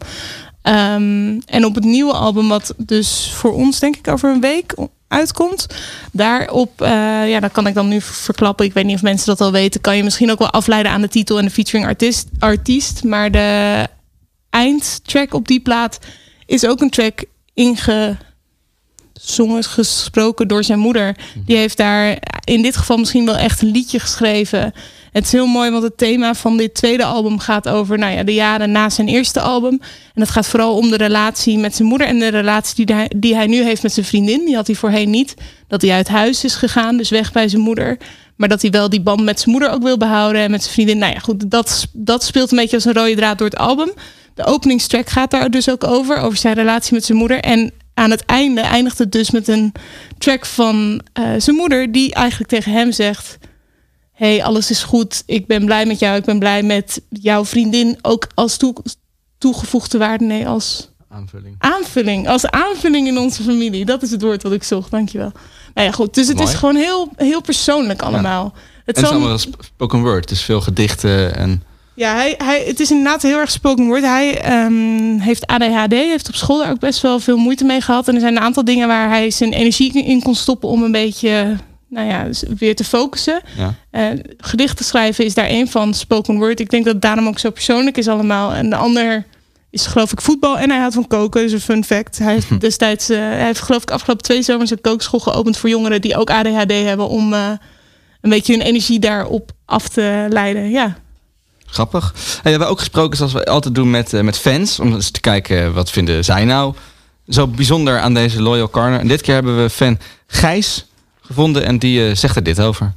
Um, en op het nieuwe album, wat dus voor ons denk ik over een week uitkomt, daarop, uh, ja, dat kan ik dan nu verklappen. Ik weet niet of mensen dat al weten. Kan je misschien ook wel afleiden aan de titel en de featuring artiest. artiest maar de eindtrack op die plaat is ook een track inge... zongen, gesproken door zijn moeder. Die heeft daar in dit geval misschien wel echt een liedje geschreven. Het is heel mooi, want het thema van dit tweede album gaat over nou ja, de jaren na zijn eerste album. En het gaat vooral om de relatie met zijn moeder en de relatie die hij, die hij nu heeft met zijn vriendin. Die had hij voorheen niet. Dat hij uit huis is gegaan, dus weg bij zijn moeder. Maar dat hij wel die band met zijn moeder ook wil behouden en met zijn vriendin. Nou ja, goed, dat, dat speelt een beetje als een rode draad door het album. De openingstrack gaat daar dus ook over, over zijn relatie met zijn moeder. En aan het einde eindigt het dus met een track van uh, zijn moeder, die eigenlijk tegen hem zegt: hey, alles is goed, ik ben blij met jou, ik ben blij met jouw vriendin, ook als toe, toegevoegde waarde, nee, als aanvulling. aanvulling. Als aanvulling in onze familie. Dat is het woord wat ik zocht, dankjewel. Nou ja, goed, dus het Mooi. is gewoon heel, heel persoonlijk allemaal. Ja. Het en het is zal... allemaal spoken word, dus veel gedichten en... Ja, hij, hij, het is inderdaad heel erg spoken word. Hij um, heeft A D H D, heeft op school daar ook best wel veel moeite mee gehad. En er zijn een aantal dingen waar hij zijn energie in kon stoppen om een beetje, nou ja, weer te focussen. Ja. Uh, gedichten schrijven is daar één van, spoken word. Ik denk dat het daarom ook zo persoonlijk is allemaal. En de ander is geloof ik voetbal en hij houdt van koken. Dus een fun fact. Hij heeft destijds, uh, hij heeft geloof ik afgelopen twee zomers een kookschool geopend voor jongeren die ook A D H D hebben, om uh, een beetje hun energie daarop af te leiden. Ja. Grappig. En we hebben ook gesproken, zoals we altijd doen, met, uh, met fans. Om eens te kijken, wat vinden zij nou zo bijzonder aan deze Loyal Corner. En dit keer hebben we fan Gijs gevonden en die uh, zegt er dit over.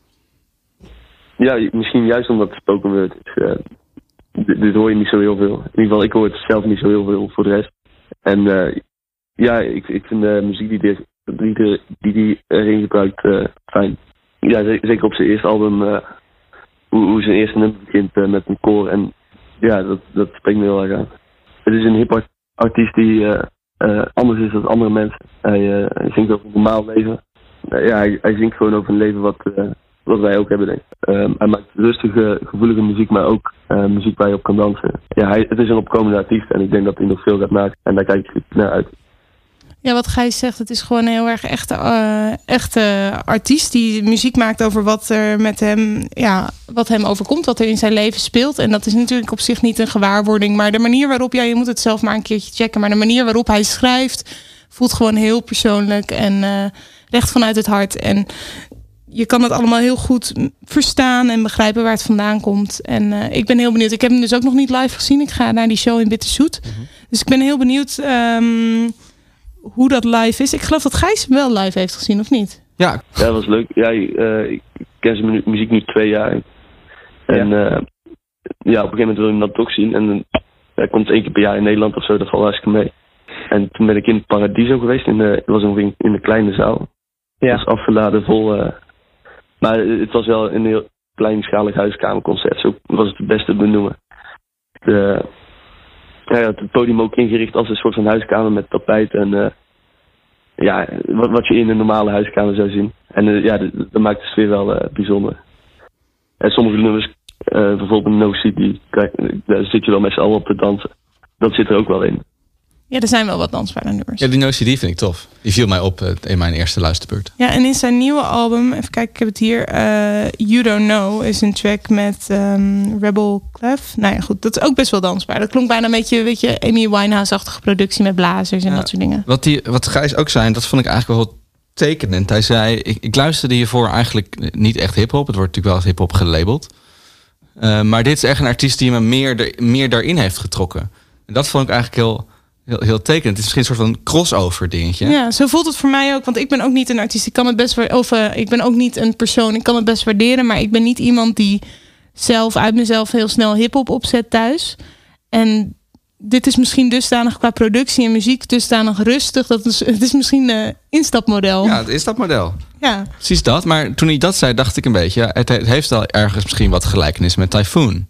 Ja, misschien juist omdat het spoken word is. Uh, dit, dit hoor je niet zo heel veel. In ieder geval, ik hoor het zelf niet zo heel veel voor de rest. En uh, ja, ik, ik vind de muziek die hij die, die, die, die erin gebruikt uh, fijn. Ja, zeker op zijn eerste album... Uh, Hoe, hoe zijn eerste nummer begint uh, met een koor. En ja, dat, dat spreekt me heel erg aan. Het is een hip artiest die uh, uh, anders is dan andere mensen. Hij, uh, hij zingt over een normaal leven. Uh, ja, hij, hij zingt gewoon over een leven wat, uh, wat wij ook hebben, denk ik. Um, hij maakt rustige, gevoelige muziek, maar ook uh, muziek waar je op kan dansen. Ja, hij, het is een opkomende artiest en ik denk dat hij nog veel gaat maken. En daar kijk ik naar uit. Ja, wat Gijs zegt, het is gewoon een heel erg echte, uh, echte artiest die muziek maakt over wat er met hem, ja, wat hem overkomt, wat er in zijn leven speelt. En dat is natuurlijk op zich niet een gewaarwording, maar de manier waarop, ja, je moet het zelf maar een keertje checken, maar de manier waarop hij schrijft voelt gewoon heel persoonlijk en uh, recht vanuit het hart. En je kan het allemaal heel goed verstaan en begrijpen waar het vandaan komt. En uh, ik ben heel benieuwd. Ik heb hem dus ook nog niet live gezien. Ik ga naar die show in Bitterzoet. Mm-hmm. Dus ik ben heel benieuwd um, hoe dat live is. Ik geloof dat Gijs hem wel live heeft gezien, of niet? Ja, ja, dat was leuk. Ja, uh, ik ken zijn muziek nu twee jaar. En ja, uh, ja op een gegeven moment wil je hem dan toch zien. En uh, hij komt één keer per jaar in Nederland of zo. Dat valt hartstikke mee. En toen ben ik in Paradiso geweest. In de, het was ongeveer in de kleine zaal. Ja. Het was afgeladen vol. Uh, maar het was wel een heel kleinschalig huiskamerconcert. Zo was het het beste te benoemen. De, ja, het podium ook ingericht als een soort van huiskamer met tapijt en uh, ja, wat, wat je in een normale huiskamer zou zien. En uh, ja, dat, dat maakt de sfeer wel uh, bijzonder. En sommige nummers, uh, bijvoorbeeld No C D, daar zit je wel met z'n allen op te dansen. Dat zit er ook wel in. Ja, er zijn wel wat dansbare nummers. Ja, die No C D vind ik tof. Die viel mij op uh, in mijn eerste luisterbeurt. Ja, en in zijn nieuwe album, even kijken, ik heb het hier. Uh, You Don't Know is een track met um, Rebel Clef. Nou ja, goed, dat is ook best wel dansbaar. Dat klonk bijna een beetje, weet je, Amy Winehouse-achtige productie met blazers en ja, dat soort dingen. Wat, die, wat Gijs ook zei, dat vond ik eigenlijk wel tekenend. Hij zei, ik, ik luisterde hiervoor eigenlijk niet echt hiphop. Het wordt natuurlijk wel als hiphop gelabeld. Uh, maar dit is echt een artiest die me meer, de, meer daarin heeft getrokken. En dat vond ik eigenlijk heel... Heel, heel tekenend. Het is misschien een soort van crossover dingetje. Ja, zo voelt het voor mij ook. Want ik ben ook niet een artiest. Ik kan het best of uh, ik ben ook niet een persoon. Ik kan het best waarderen. Maar ik ben niet iemand die zelf uit mezelf heel snel hiphop opzet thuis. En dit is misschien dusdanig qua productie en muziek dusdanig rustig. Dat is, het is misschien een instapmodel. Ja, het instapmodel. Ja. Precies dat. Maar toen hij dat zei, dacht ik een beetje... Het, het heeft wel ergens misschien wat gelijkenis met Typhoon.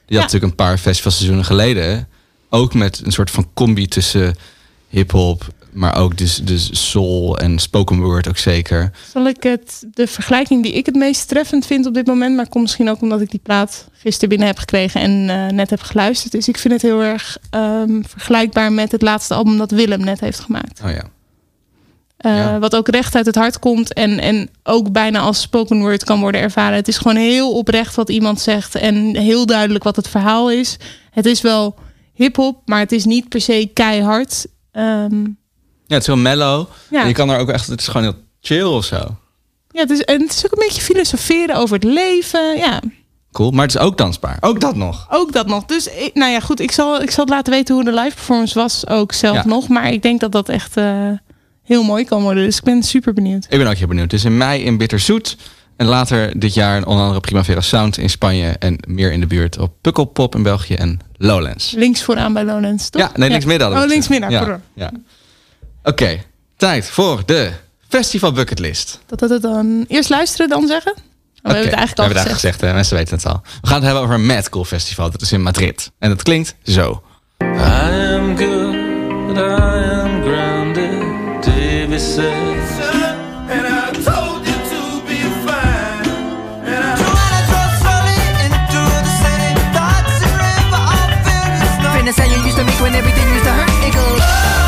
Die had natuurlijk een paar festivalseizoenen geleden. Ook met een soort van combi tussen hip-hop, maar ook dus, dus soul en spoken word ook zeker. Zal ik het, de vergelijking die ik het meest treffend vind op dit moment, maar komt misschien ook omdat ik die plaat gisteren binnen heb gekregen en uh, net heb geluisterd, is ik vind het heel erg um, vergelijkbaar met het laatste album dat Willem net heeft gemaakt. Oh ja. Uh, ja. Wat ook recht uit het hart komt en, en ook bijna als spoken word kan worden ervaren. Het is gewoon heel oprecht wat iemand zegt en heel duidelijk wat het verhaal is. Het is wel hip-hop, maar het is niet per se keihard. Um, ja, het is heel mellow. Ja. En je kan er ook echt, het is gewoon heel chill of zo. Ja, het is, en het is ook een beetje filosoferen over het leven. Ja. Cool, maar het is ook dansbaar. Ook dat nog. Ook dat nog. Dus nou ja, goed, ik zal, ik zal het laten weten hoe de live performance was ook zelf ja. nog. Maar ik denk dat dat echt uh, heel mooi kan worden. Dus ik ben super benieuwd. Ik ben ook heel benieuwd. Dus in mei in Bitterzoet. En later dit jaar onder andere Primavera Sound in Spanje. En meer in de buurt op Pukkelpop in België en Lowlands. Links vooraan bij Lowlands, toch? Ja, nee, linksmidden. Ja. Oh, linksmidden, ja. pardon. Ja. Oké, okay. Tijd voor de Festival Bucketlist. Dat dat het dan eerst luisteren, dan zeggen? Oh, we okay. hebben het eigenlijk al we hebben gezegd. gezegd, hè? Mensen weten het al. We gaan het hebben over een Mad Cool Festival. Dat is in Madrid. En dat klinkt zo. I am good, but I am grounded, Davy says. And I told you to be fine. And I try to drove slowly into the city. Thoughts and river all filled with snow. Finna say you used to make when everything used to hurt. It goes,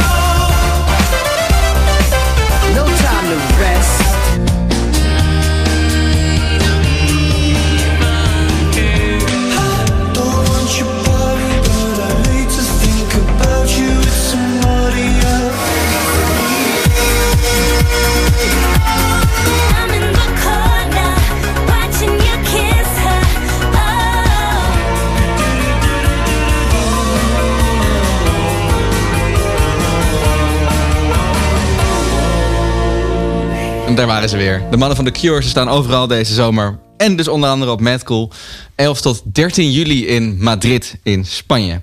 oh, no time to rest. En daar waren ze weer. De mannen van The Cure, ze staan overal deze zomer. En dus onder andere op Mad Cool. elf tot dertien juli in Madrid in Spanje.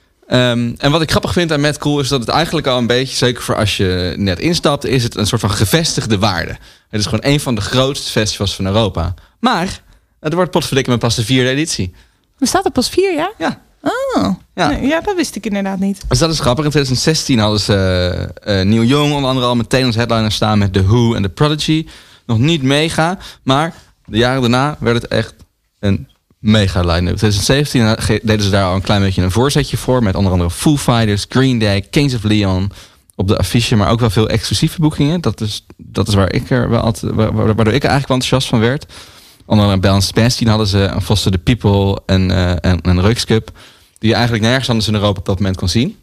Um, en wat ik grappig vind aan Mad Cool is dat het eigenlijk al een beetje, zeker voor als je net instapt, is het een soort van gevestigde waarde. Het is gewoon een van de grootste festivals van Europa. Maar het wordt potverdikke met pas de vierde editie. Bestaat er pas vier, ja? Ja. Oh, ja. Nee, ja, dat wist ik inderdaad niet. Dus dat is grappig. In twintig zestien hadden ze uh, uh, Neil Young onder andere al meteen als headliner staan met The Who en The Prodigy. Nog niet mega, maar de jaren daarna werd het echt een mega line-up. In twintig zeventien deden ze daar al een klein beetje een voorzetje voor met onder andere Foo Fighters, Green Day, Kings of Leon op de affiche, maar ook wel veel exclusieve boekingen. Dat is, dat is waar ik er wel altijd, waardoor ik er eigenlijk wel enthousiast van werd. Onder andere Balance Sebastian hadden ze een Foster the People en, uh, en een Ruxcup, die je eigenlijk nergens anders in Europa op dat moment kon zien.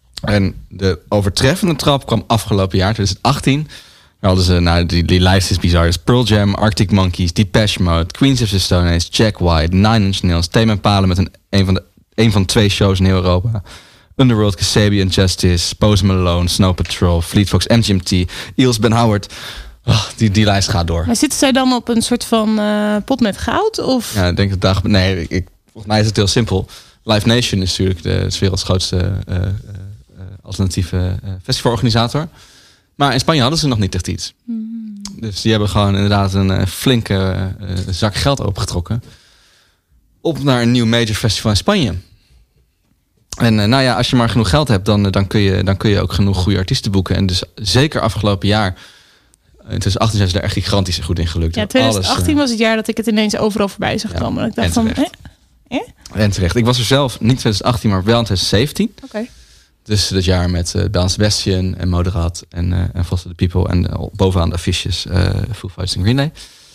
En de overtreffende trap kwam afgelopen jaar, twintig achttien. Daar hadden ze, nou, die, die lijst is bizar. Dus Pearl Jam, Arctic Monkeys, Depeche Mode, Queens of the Stone Age, Jack White, Nine Inch Nails, Tame Impala met een, een, van de, een van de twee shows in heel Europa. Underworld, Kasabian, Justice, Post Malone, Snow Patrol, Fleet Fox, M G M T, Eels, Ben Howard. Oh, die, die lijst gaat door. Maar zitten zij dan op een soort van uh, pot met goud? Of? Ja, ik denk dat dag. Nee, ik, volgens mij is het heel simpel. Live Nation is natuurlijk de, de werelds grootste uh, uh, alternatieve uh, festivalorganisator. Maar in Spanje hadden ze nog niet echt iets. Mm. Dus die hebben gewoon inderdaad een uh, flinke uh, zak geld opengetrokken. Op naar een nieuw major festival in Spanje. En uh, nou ja, als je maar genoeg geld hebt, dan, uh, dan, kun je, dan kun je ook genoeg goede artiesten boeken. En dus zeker afgelopen jaar, in twintig achttien zijn ze er echt gigantisch goed in gelukt. Ja, twintig achttien Alles, uh, was het jaar dat ik het ineens overal voorbij zag komen. Ja, ik dacht en van, terecht. Eh? Eh? En terecht. Ik was er zelf niet twintig achttien, maar wel in twintig zeventien. Oké. Okay. Dus dat jaar met uh, Balance Sebastian en Moderat en, uh, en Foster the People. En uh, bovenaan de affiches uh, Foo Fighters en Green Day.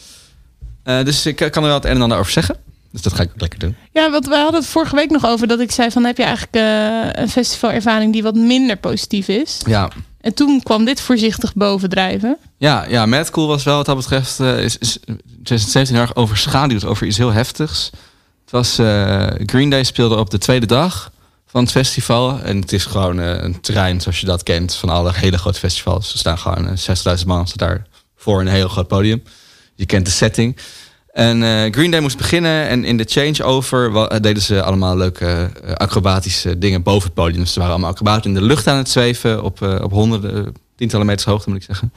Uh, dus ik kan er wel het een en ander over zeggen. Dus dat ga ik ook lekker doen. Ja, want we hadden het vorige week nog over dat ik zei van, heb je eigenlijk uh, een festivalervaring die wat minder positief is? Ja. En toen kwam dit voorzichtig bovendrijven. Ja, ja, Mad Cool was wel wat dat betreft uh, is, is twintig zeventien heel erg overschaduwd over iets heel heftigs. Het was uh, Green Day speelde op de tweede dag van het festival. En het is gewoon uh, een terrein zoals je dat kent van alle hele grote festivals. Er staan gewoon uh, zestigduizend man staat daar voor een heel groot podium. Je kent de setting. En uh, Green Day moest beginnen en in de changeover uh, deden ze allemaal leuke uh, acrobatische dingen boven het podium. Dus er waren allemaal acrobaten in de lucht aan het zweven op, uh, op honderden, tientallen meters hoogte moet ik zeggen.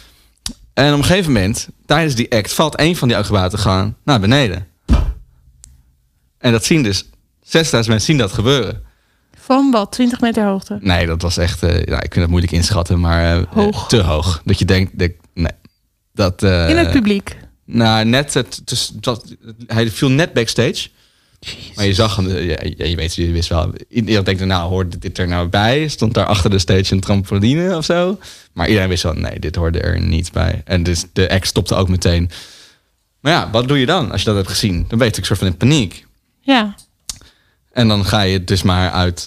En op een gegeven moment, tijdens die act, valt een van die acrobaten gewoon naar beneden. En dat zien dus zesduizend mensen zien dat gebeuren. Van wat? twintig meter hoogte? Nee, dat was echt... Uh, ja, ik vind dat moeilijk inschatten, maar uh, hoog. te hoog. Dat je denkt... Dat, nee, dat, uh, in het publiek? Nou, net... Het, het, dat, hij viel net backstage. Jezus. Maar je zag hem... Ja, je weet, je wist wel... Iedereen denkt, nou, hoorde dit er nou bij? Stond daar achter de stage een trampoline of zo? Maar iedereen wist wel, nee, dit hoorde er niet bij. En dus de act stopte ook meteen. Maar ja, wat doe je dan als je dat hebt gezien? Dan ben je natuurlijk soort van in paniek. Ja. En dan ga je dus maar uit...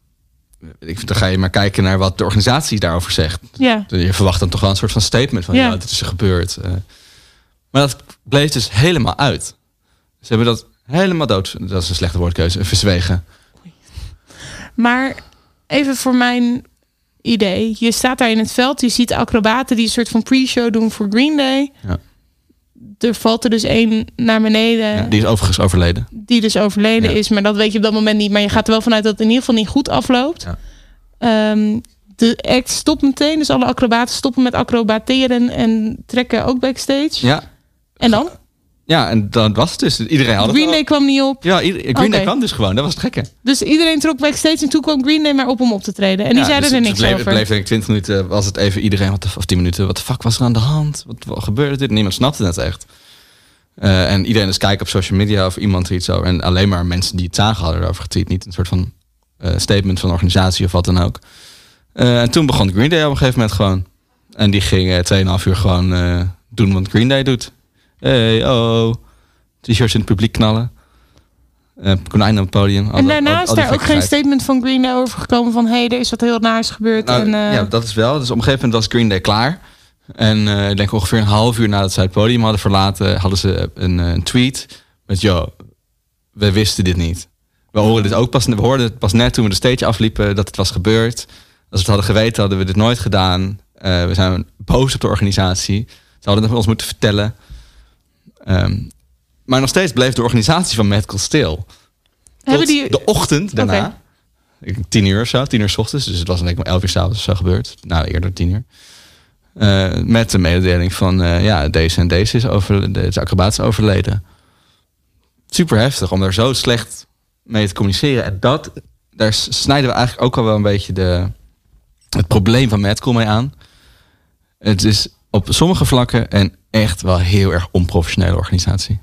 Dan ga je maar kijken naar wat de organisatie daarover zegt. Ja. Je verwacht dan toch wel een soort van statement van... ja, ja dit is er gebeurd. Maar dat bleef dus helemaal uit. Ze hebben dat helemaal dood... Dat is een slechte woordkeuze. Verzwegen. Maar even voor mijn idee. Je staat daar in het veld. Je ziet acrobaten die een soort van pre-show doen voor Green Day. Ja. Er valt er dus één naar beneden. Ja, die is overigens overleden. Die dus overleden ja. is. Maar dat weet je op dat moment niet. Maar je gaat er wel vanuit dat het in ieder geval niet goed afloopt. Ja. Um, de act stopt meteen. Dus alle acrobaten stoppen met acrobateren. En trekken ook backstage. Ja. En dan? Ja, en dat was het dus. Iedereen had het Green Day kwam niet op. Ja, ieder, Green okay. Day kwam dus gewoon. Dat was het gekke. Dus iedereen trok backstage en toen kwam Green Day maar op om op te treden. En ja, die zeiden dus er niks bleef, over. Het bleef denk ik twintig minuten, was het even iedereen, wat de, of tien minuten, wat de fuck was er aan de hand? Wat, wat gebeurde dit? Niemand snapte het echt. Uh, en iedereen dus kijken op social media of iemand er iets over. En alleen maar mensen die het zagen hadden erover getweet. Niet een soort van uh, statement van organisatie of wat dan ook. Uh, en toen begon Green Day op een gegeven moment gewoon. En die ging uh, tweeënhalf uur gewoon uh, doen wat Green Day doet. Hey, oh... T-shirts in het publiek knallen. Uh, konijn op het podium. En daarna is daar ook geen statement van Green Day over gekomen van... hé, hey, er is wat heel naars gebeurd. Nou, en, uh... Ja, dat is wel. Dus op een gegeven moment was Green Day klaar. En uh, ik denk ongeveer een half uur nadat zij het podium hadden verlaten... hadden ze een, een tweet met... yo, we wisten dit niet. We hoorden dit ook pas, we hoorden het pas net toen we de stage afliepen... dat het was gebeurd. Als we het hadden geweten, hadden we dit nooit gedaan. Uh, we zijn boos op de organisatie. Ze hadden het ons moeten vertellen... Um, Maar nog steeds bleef de organisatie van Madcall stil. Tot die... de ochtend daarna. Okay. Tien uur of zo, tien uur 's ochtends. Dus het was denk ik maar elf uur 's avonds of zo gebeurd. Nou, eerder tien uur. Uh, met de mededeling van, uh, ja, deze en deze is over, deze acrobaat is overleden. Super heftig om daar zo slecht mee te communiceren. En dat, daar snijden we eigenlijk ook al wel een beetje de, het probleem van Madcall mee aan. Het is op sommige vlakken en echt wel heel erg onprofessionele organisatie.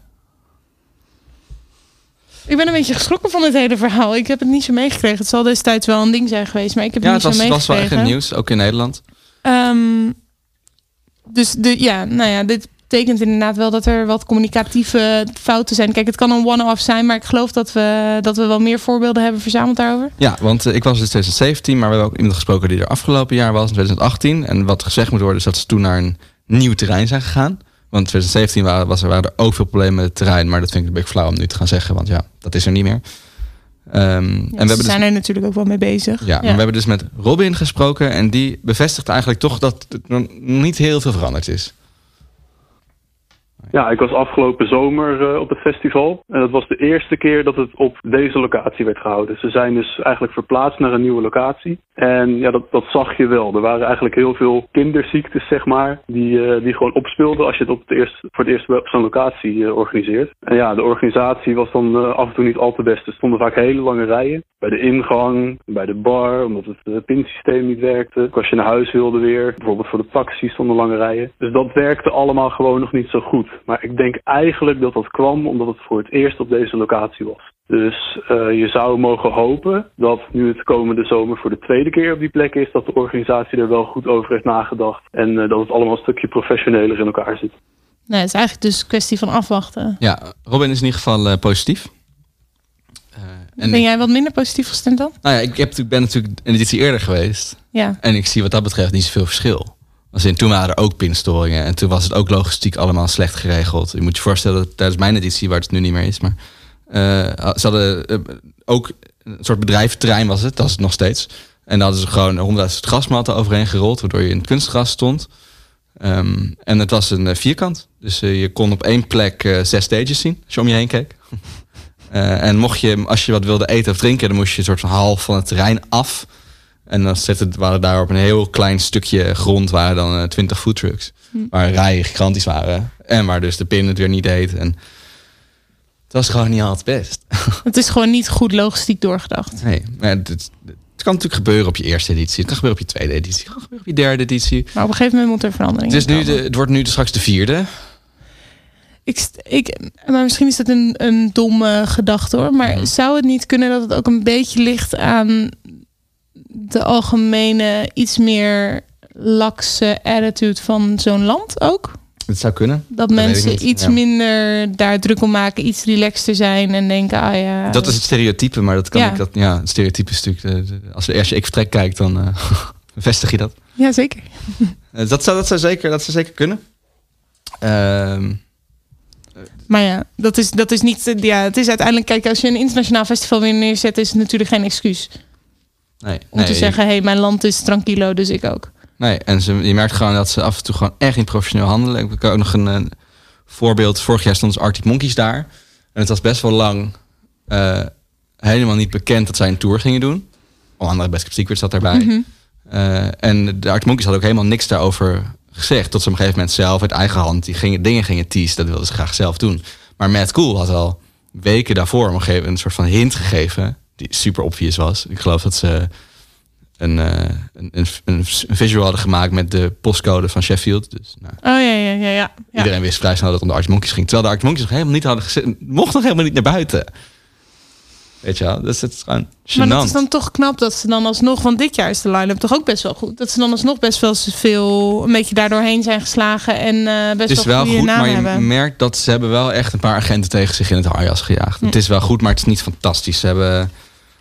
Ik ben een beetje geschrokken van het hele verhaal. Ik heb het niet zo meegekregen. Het zal destijds wel een ding zijn geweest, maar ik heb ja, het niet het was, zo meegekregen. Ja, het was wel echt nieuws, ook in Nederland. Um, dus de, ja, nou ja, dit betekent inderdaad wel dat er wat communicatieve fouten zijn. Kijk, het kan een one-off zijn, maar ik geloof dat we, dat we wel meer voorbeelden hebben verzameld daarover. Ja, want uh, ik was in twintig zeventien, maar we hebben ook iemand gesproken die er afgelopen jaar was, in twintig achttien. En wat gezegd moet worden is dat ze toen naar een nieuw terrein zijn gegaan. Want in twintig zeventien waren, was er, waren er ook veel problemen met het terrein. Maar dat vind ik een beetje flauw om nu te gaan zeggen. Want ja, dat is er niet meer. Um, ja, en we hebben zijn dus, er natuurlijk ook wel mee bezig. Ja, ja. Maar we hebben dus met Robin gesproken. En die bevestigt eigenlijk toch dat het nog niet heel veel veranderd is. Ja, ik was afgelopen zomer uh, op het festival. En dat was de eerste keer dat het op deze locatie werd gehouden. Ze zijn dus eigenlijk verplaatst naar een nieuwe locatie. En ja, dat, dat zag je wel. Er waren eigenlijk heel veel kinderziektes, zeg maar, die, uh, die gewoon opspeelden als je het op het eerst, voor het eerst op zo'n locatie uh, organiseert. En ja, de organisatie was dan uh, af en toe niet al te best. Er stonden vaak hele lange rijen. Bij de ingang, bij de bar, omdat het uh, pinsysteem niet werkte. Ook als je naar huis wilde weer, bijvoorbeeld voor de taxi stonden lange rijen. Dus dat werkte allemaal gewoon nog niet zo goed. Maar ik denk eigenlijk dat dat kwam omdat het voor het eerst op deze locatie was. Dus uh, je zou mogen hopen dat nu het komende zomer voor de tweede keer op die plek is, dat de organisatie er wel goed over heeft nagedacht. En uh, dat het allemaal een stukje professioneler in elkaar zit. Nee, het is eigenlijk dus een kwestie van afwachten. Ja, Robin is in ieder geval uh, positief. Uh, en ben jij wat minder positief gestemd dan? Nou ja, ik heb, ben natuurlijk een editie eerder geweest. Ja. En ik zie wat dat betreft niet zoveel verschil. Als in, toen waren er ook pinstoringen. En toen was het ook logistiek allemaal slecht geregeld. Je moet je voorstellen dat tijdens mijn editie, waar het nu niet meer is. Maar uh, ze hadden uh, ook een soort bedrijventerrein was het. Dat is het nog steeds. En daar hadden ze gewoon honderdduizend grasmatten overheen gerold. Waardoor je in het kunstgras stond. Um, en het was een uh, vierkant. Dus uh, je kon op één plek uh, zes stages zien. Als je om je heen keek. Uh, en mocht je, als je wat wilde eten of drinken, dan moest je een soort van half van het terrein af. En dan zetten, waren daar op een heel klein stukje grond waren dan uh, twintig foodtrucks. Hm. Waar rijen gigantisch waren. En waar dus de pin het weer niet deed. En het was gewoon niet altijd best. Het is gewoon niet goed logistiek doorgedacht. Nee, maar het, het, het kan natuurlijk gebeuren op je eerste editie. Het kan gebeuren op je tweede editie. Het kan gebeuren op je derde editie. Maar op een gegeven moment moet er verandering Het, is nu komen. de, het wordt nu de, straks de vierde. Ik, ik, maar misschien is dat een, een domme gedachte hoor. Maar Mm-hmm. zou het niet kunnen dat het ook een beetje ligt aan de algemene, iets meer lakse attitude van zo'n land ook? Het zou kunnen. Dat, Dat weet ik mensen niet. iets Ja. minder daar druk om maken, iets relaxter zijn en denken, ah ja. Dat is het stereotype, maar dat kan Ja. ik dat. Ja, het stereotype is natuurlijk. De, de- als, je, als je ik vertrek kijkt, dan uh, bevestig je dat. Ja, zeker. Uh, dat, zou, dat, zou zeker, dat zou zeker kunnen. Ehm Maar ja, dat is, dat is niet. Ja, het is uiteindelijk, kijk, als je een internationaal festival weer neerzet, is het natuurlijk geen excuus nee, om nee, te zeggen, hé, hey, mijn land is tranquilo, dus ik ook. Nee, en ze, je merkt gewoon dat ze af en toe gewoon echt niet professioneel handelen. Ik heb ook nog een, een voorbeeld. Vorig jaar stonden dus Arctic Monkeys daar. En het was best wel lang uh, helemaal niet bekend dat zij een tour gingen doen. Onder andere Best Kept Secret zat daarbij. Mm-hmm. Uh, en de Arctic Monkeys hadden ook helemaal niks daarover gezegd. Tot ze op een gegeven moment zelf uit eigen hand die gingen, dingen gingen teasen. Dat wilden ze graag zelf doen. Maar Mad Cool had al weken daarvoor op een gegeven moment een soort van hint gegeven. Die super obvious was. Ik geloof dat ze een, uh, een, een, een visual hadden gemaakt met de postcode van Sheffield. Dus, nou, Oh ja, ja, ja, ja. ja. iedereen wist vrij snel dat het om de Arctic Monkeys ging. Terwijl de Arctic Monkeys nog helemaal niet hadden gezet. Mocht nog helemaal niet naar buiten. Weet je wel? Dus het is gewoon gênant. Maar dat is dan toch knap dat ze dan alsnog, want dit jaar is de line-up toch ook best wel goed. Dat ze dan alsnog best wel veel, een beetje daardoor heen zijn geslagen en uh, best Het is wel wel goede goed, naam maar je hebben. merkt dat ze hebben wel echt een paar agenten tegen zich in het harjas gejaagd. Hm. Het is wel goed, maar het is niet fantastisch. Ze hebben...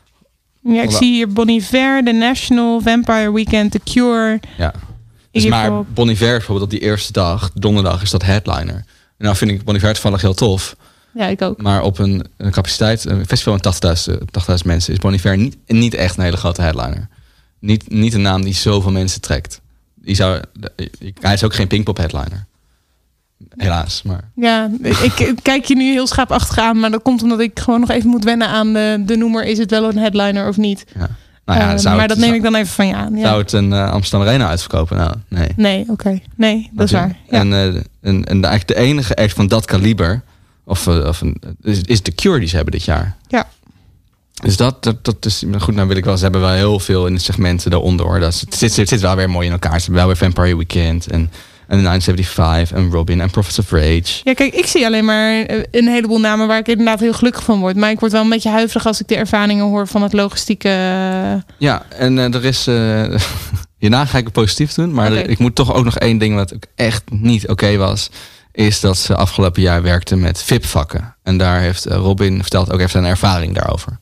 Ja, ik zie hier Bon Iver, The National, Vampire Weekend, The Cure. Ja. Dus Iggy maar Pop. Bon Iver bijvoorbeeld op die eerste dag, donderdag, is dat headliner. En nou vind ik Bon Iver toevallig heel tof. Ja, ik ook. Maar op een, een capaciteit, een festival met tachtigduizend mensen, is Bon Iver niet, niet echt een hele grote headliner. Niet, niet een naam die zoveel mensen trekt. Die zou, hij is ook geen Pinkpop headliner. Helaas, maar... Ja, ik, ik kijk je nu heel schaapachtig aan, maar dat komt omdat ik gewoon nog even moet wennen aan de, de noemer, is het wel een headliner of niet? Ja. Nou ja, Uh, zou maar het, dat neem zou, ik dan even van je aan. Ja. Zou het een uh, Amsterdam Arena uitverkopen? Nou, nee. Nee, oké. Okay. Nee, dat is waar. Ja. En, uh, en, en eigenlijk de enige act van dat kaliber, of, uh, of een, is, is The Cure die ze hebben dit jaar. Ja. Dus dat, dat, dat is goed. Nou wil ik wel, ze hebben wel heel veel in de segmenten daaronder hoor. Dat is, het, zit, het zit wel weer mooi in elkaar. Ze hebben wel weer Vampire Weekend en, en negen zevenenzeventig en Robin en Prophets of Rage. Ja, kijk, ik zie alleen maar een heleboel namen waar ik inderdaad heel gelukkig van word. Maar ik word wel een beetje huiverig als ik de ervaringen hoor van het logistieke. Ja, en uh, er is... Uh, hierna ga ik het positief doen. Maar Okay. er, ik moet toch ook nog één ding wat ook echt niet oké okay was. Is dat ze afgelopen jaar werkte met V I P-vakken. En daar heeft uh, Robin verteld ook even zijn ervaring daarover.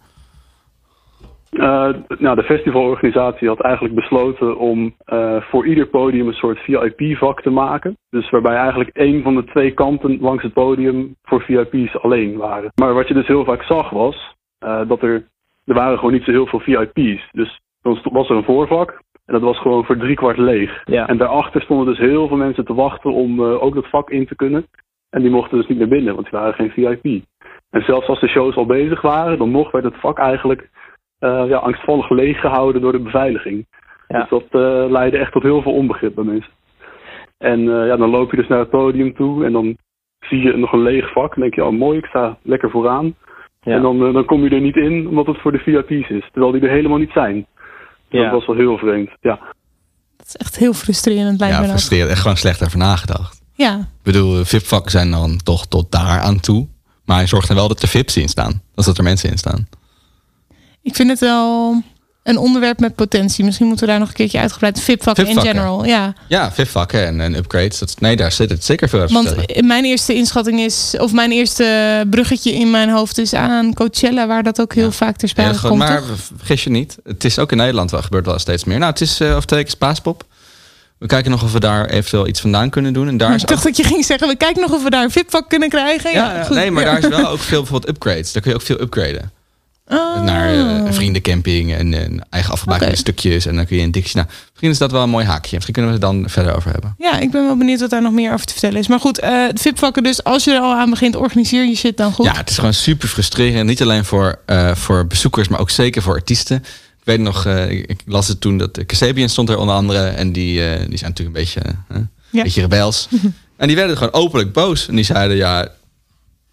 Uh, nou, de festivalorganisatie had eigenlijk besloten om uh, voor ieder podium een soort V I P-vak te maken. Dus waarbij eigenlijk één van de twee kanten langs het podium voor V I P's alleen waren. Maar wat je dus heel vaak zag was uh, dat er, er waren gewoon niet zo heel veel V I P's. Dus dan was er een voorvak en dat was gewoon voor driekwart leeg. Ja. En daarachter stonden dus heel veel mensen te wachten om uh, ook dat vak in te kunnen. En die mochten dus niet naar binnen, want die waren geen V I P. En zelfs als de shows al bezig waren, dan nog werd het vak eigenlijk... Uh, ja, angstvallig leeg gehouden door de beveiliging. Ja. Dus dat uh, leidde echt tot heel veel onbegrip bij mensen. En uh, ja, dan loop je dus naar het podium toe en dan zie je nog een leeg vak. En denk je, oh mooi, ik sta lekker vooraan. Ja. En dan, uh, dan kom je er niet in omdat het voor de V I P's is. Terwijl die er helemaal niet zijn. Ja. Dat was wel heel vreemd, ja. Dat is echt heel frustrerend. Lijkt ja, me frustrerend. Echt gewoon slecht over nagedacht. Ja. Ik bedoel, V I P-vakken zijn dan toch tot daar aan toe. Maar hij zorgt er wel dat er V I P's in staan. Dat er mensen in staan. Ik vind het wel een onderwerp met potentie. Misschien moeten we daar nog een keertje uitgebreid V I P-vakken in general. Ja, ja V I P-vakken en, en upgrades. Dat, nee, daar zit het zeker veel uit. Want mijn eerste inschatting is, of mijn eerste bruggetje in mijn hoofd is aan Coachella, waar dat ook heel ja. vaak ter sprake komt. Maar toch? vergis je niet, het is ook in Nederland wel gebeurt wel steeds meer. Nou, het is uh, over twee weken Paaspop. We kijken nog of we daar eventueel iets vandaan kunnen doen. En daar is ik dacht ook... dat je ging zeggen, we kijken nog of we daar een V I P-vak kunnen krijgen. Ja, ja, ja goed. nee, maar ja. daar is wel ook veel bijvoorbeeld upgrades. Daar kun je ook veel upgraden. Oh. Naar uh, een vriendencamping en, en eigen afgebakende okay. stukjes. En dan kun je een dikje. Nou, misschien is dat wel een mooi haakje. Misschien kunnen we het dan verder over hebben. Ja, ik ben wel benieuwd wat daar nog meer over te vertellen is. Maar goed, uh, V I P-vakken dus. Als je er al aan begint, organiseer je shit dan goed. Ja, het is gewoon super frustrerend. Niet alleen voor, uh, voor bezoekers, maar ook zeker voor artiesten. Ik weet nog, uh, ik, ik las het toen dat de Kasabian stond er onder andere. En die, uh, die zijn natuurlijk een beetje, uh, een ja. beetje rebels. En die werden gewoon openlijk boos. En die zeiden, ja...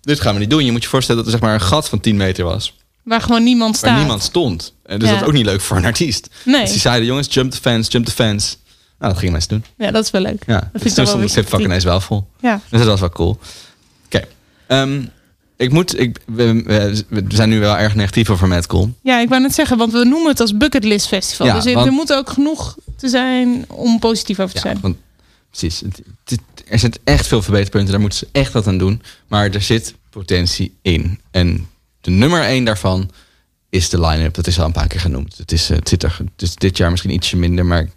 dit gaan we niet doen. Je moet je voorstellen dat er zeg maar een gat van tien meter was. Waar gewoon niemand staat. Waar niemand stond. En dus Ja. dat is ook niet leuk voor een artiest. Nee. Dus die zeiden, jongens, jump the fence, jump the fence. Nou, dat gingen mensen doen. Ja, dat is wel leuk. Ja, Dat dus vind ik toen wel stond weer het vak sympathiek. ineens wel vol. Ja. Dus dat was wel cool. Oké. Okay. Um, ik moet... Ik, we, we, we zijn nu wel erg negatief over Mad Cool. Ja, ik wou net zeggen, want we noemen het als Bucketlist Festival. Ja, dus er, want- er moet ook genoeg te zijn om positief over te zijn. Ja, want, precies. Het, het, er zitten echt veel verbeterpunten. Daar moeten ze echt wat aan doen. Maar er zit potentie in. En de nummer één daarvan is de line-up. Dat is al een paar keer genoemd. Het is, het zit er, het is dit jaar misschien ietsje minder, maar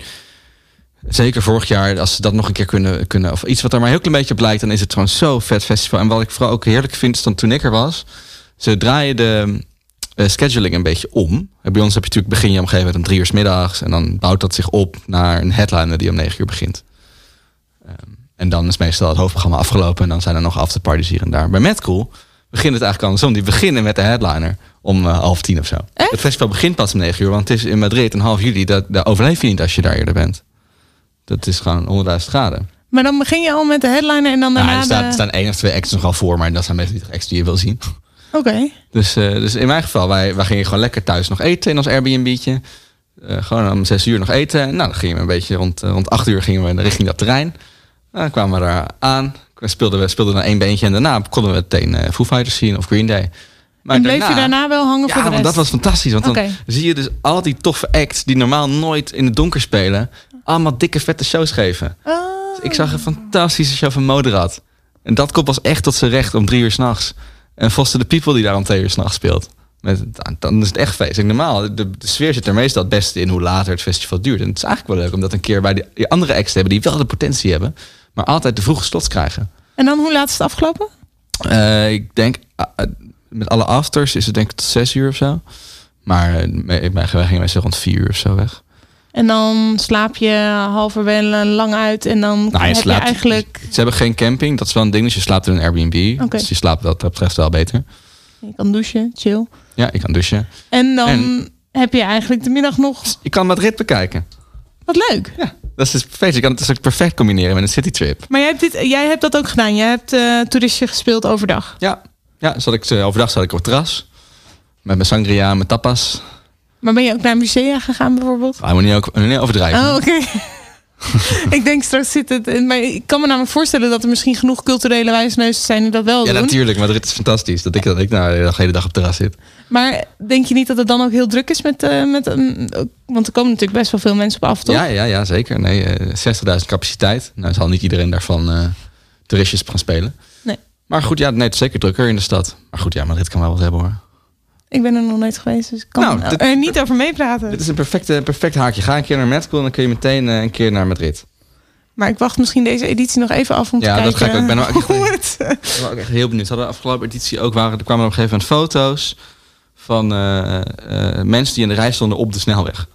zeker vorig jaar, als ze dat nog een keer kunnen, kunnen of iets wat er maar een heel klein beetje op lijkt, dan is het gewoon zo vet festival. En wat ik vooral ook heerlijk vind, is dan toen ik er was, ze draaien de uh, scheduling een beetje om. Bij ons heb je natuurlijk begin je op een gegeven moment om drie uur 's middags en dan bouwt dat zich op naar een headliner die om negen uur begint. Um, en dan is meestal het hoofdprogramma afgelopen en dan zijn er nog afterparties hier en daar. Bij Mad Cool begint het eigenlijk andersom. Die beginnen met de headliner om uh, half tien of zo. Echt? Het festival begint pas om negen uur, want het is in Madrid en half juli. Dat, daar overleef je niet als je daar eerder bent. Dat is gewoon honderdduizend graden. Maar dan begin je al met de headliner en dan daarna Nou, er, staat, de... er staan één of twee acts nogal voor, maar dat zijn meestal niet de acts die je wil zien. Oké. Okay. Dus, uh, dus in mijn geval, wij, wij gingen gewoon lekker thuis nog eten in ons Airbnb'tje. Uh, gewoon om zes uur nog eten. En nou, dan gingen we een beetje rond, uh, rond acht uur gingen we richting dat terrein. Nou, dan kwamen we daar aan. We speelden, we speelden dan één beentje en daarna konden we meteen uh, Foo Fighters zien of Green Day. Maar en bleef daarna, je daarna wel hangen ja, voor de rest? want dat was fantastisch. Want okay. dan zie je dus al die toffe acts die normaal nooit in het donker spelen, allemaal dikke vette shows geven. Oh. Dus ik zag een fantastische show van Moderat. En dat komt pas echt tot zijn recht om drie uur 's nachts. En Foster the People die daar om twee uur 's nachts speelt. Met, dan is het echt feest. En normaal, de, de sfeer zit er meestal het beste in hoe later het festival duurt. En het is eigenlijk wel leuk om dat een keer bij die, die andere acts te hebben die wel de potentie hebben, maar altijd de vroege slots krijgen. En dan, hoe laat is het afgelopen? Uh, ik denk, uh, met alle afters is het denk ik tot zes uur of zo. Maar uh, wij gingen meestal rond vier uur of zo weg. En dan slaap je halverwege lang uit en dan nou, je heb slaapt, je eigenlijk... Ze hebben geen camping, dat is wel een ding. Dus je slaapt in een Airbnb. Okay. Dus je slaapt wat dat betreft wel beter. Je kan douchen, chill. Ja, ik kan douchen. En dan en, heb je eigenlijk de middag nog... Je kan Madrid bekijken. Wat leuk. Ja, dat is dus perfect. Je kan het dus ook perfect combineren met een citytrip. Maar jij hebt, dit, jij hebt dat ook gedaan. Jij hebt uh, toeristje gespeeld overdag. Ja, ja zat ik, uh, overdag zat ik op het terras. Met mijn sangria en mijn tapas. Maar ben je ook naar musea gegaan bijvoorbeeld? Ah, moet niet, ook, moet niet overdrijven. Oh, oké. Okay. Ik denk straks zit het... Maar ik kan me namelijk voorstellen dat er misschien genoeg culturele wijsneuzen zijn die dat wel ja, doen. Ja, natuurlijk. Maar het is fantastisch dat ik, dat ik nou de hele dag op het terras zit. Maar denk je niet dat het dan ook heel druk is met... Uh, met um, want er komen natuurlijk best wel veel mensen op af, toch? Ja, ja, ja zeker. Nee, uh, zestigduizend capaciteit. Nou zal niet iedereen daarvan uh, toeristjes gaan spelen. Nee. Maar goed, ja, nee, het is zeker drukker in de stad. Maar goed, ja, Madrid kan wel wat hebben hoor. Ik ben er nog nooit geweest, dus ik kan nou, dit, er niet over meepraten. Dit is een perfecte, perfect haakje. Ga een keer naar Mad Cool en dan kun je meteen uh, een keer naar Madrid. Maar ik wacht misschien deze editie nog even af om ja, te dat kijken. Ja, dat ga ik ook. Ik ben ook echt, ik ben ook echt heel benieuwd. Ze hadden de afgelopen editie ook waren, er kwamen op een gegeven moment foto's van uh, uh, mensen die in de rij stonden op de snelweg.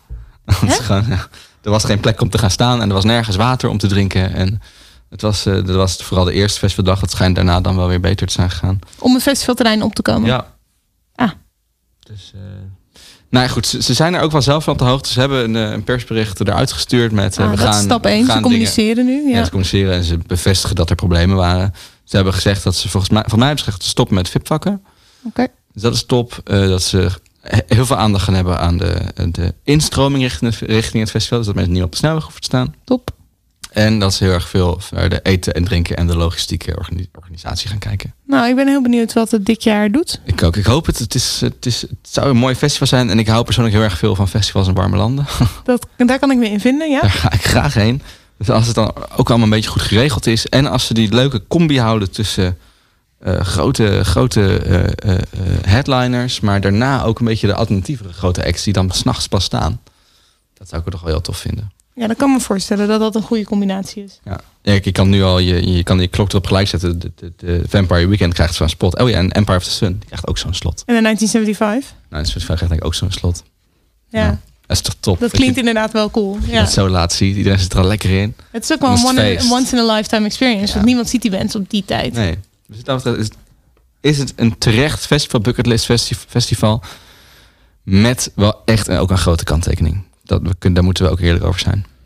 gewoon, ja, er was geen plek om te gaan staan en er was nergens water om te drinken. En het was, uh, dat was vooral de eerste festivaldag. Het schijnt daarna dan wel weer beter te zijn gegaan. Om het festivalterrein op te komen? Ja. Ah. Dus, uh, nou ja, goed, ze, ze zijn er ook wel zelf van op de hoogte. Ze hebben een, een persbericht eruit gestuurd met... Uh, ah, we dat gaan, is stap één, ze communiceren dingen, nu. Ja. ja, ze communiceren en ze bevestigen dat er problemen waren. Ze hebben gezegd dat ze volgens mij... Van mij hebben ze gezegd stoppen met V I P-vakken. Oké. Okay. Dus dat is top. Uh, dat ze heel veel aandacht gaan hebben aan de, de instroming richting, richting het festival. Dus dat mensen niet op de snelweg hoeven te staan. Top. En dat ze heel erg veel naar de eten en drinken en de logistieke organisatie gaan kijken. Nou, ik ben heel benieuwd wat het dit jaar doet. Ik ook. Ik hoop het. Het, is, het, is, het zou een mooi festival zijn. En ik hou persoonlijk heel erg veel van festivals in warme landen. Dat, daar kan ik me in vinden, ja. Daar ga ik graag heen. Dus als het dan ook allemaal een beetje goed geregeld is. En als ze die leuke combi houden tussen uh, grote, grote uh, uh, headliners. Maar daarna ook een beetje de alternatievere grote acts die dan 's nachts pas staan. Dat zou ik toch wel heel tof vinden. Ja, dat kan me voorstellen dat dat een goede combinatie is. Ja, ja je kan nu al je, je kan je klok erop gelijk zetten. De, de, de Vampire Weekend krijgt zo'n spot. Oh ja, en Empire of the Sun die krijgt ook zo'n slot. En de negentien zevenenzeventig? Nou, negentien zevenenzeventig krijgt ook zo'n slot. Ja. ja. Dat is toch top. Dat klinkt je, inderdaad wel cool. Ja. Ja. Dat zo laat ziet. Iedereen zit er al lekker in. Het is ook wel een one, once in a lifetime experience. Ja. Want niemand ziet die bands op die tijd. Nee. Dus dat is, is het een terecht festival, bucketlist festival. Met wel echt ook een grote kanttekening. Dat we kunnen, daar moeten we ook eerlijk over zijn.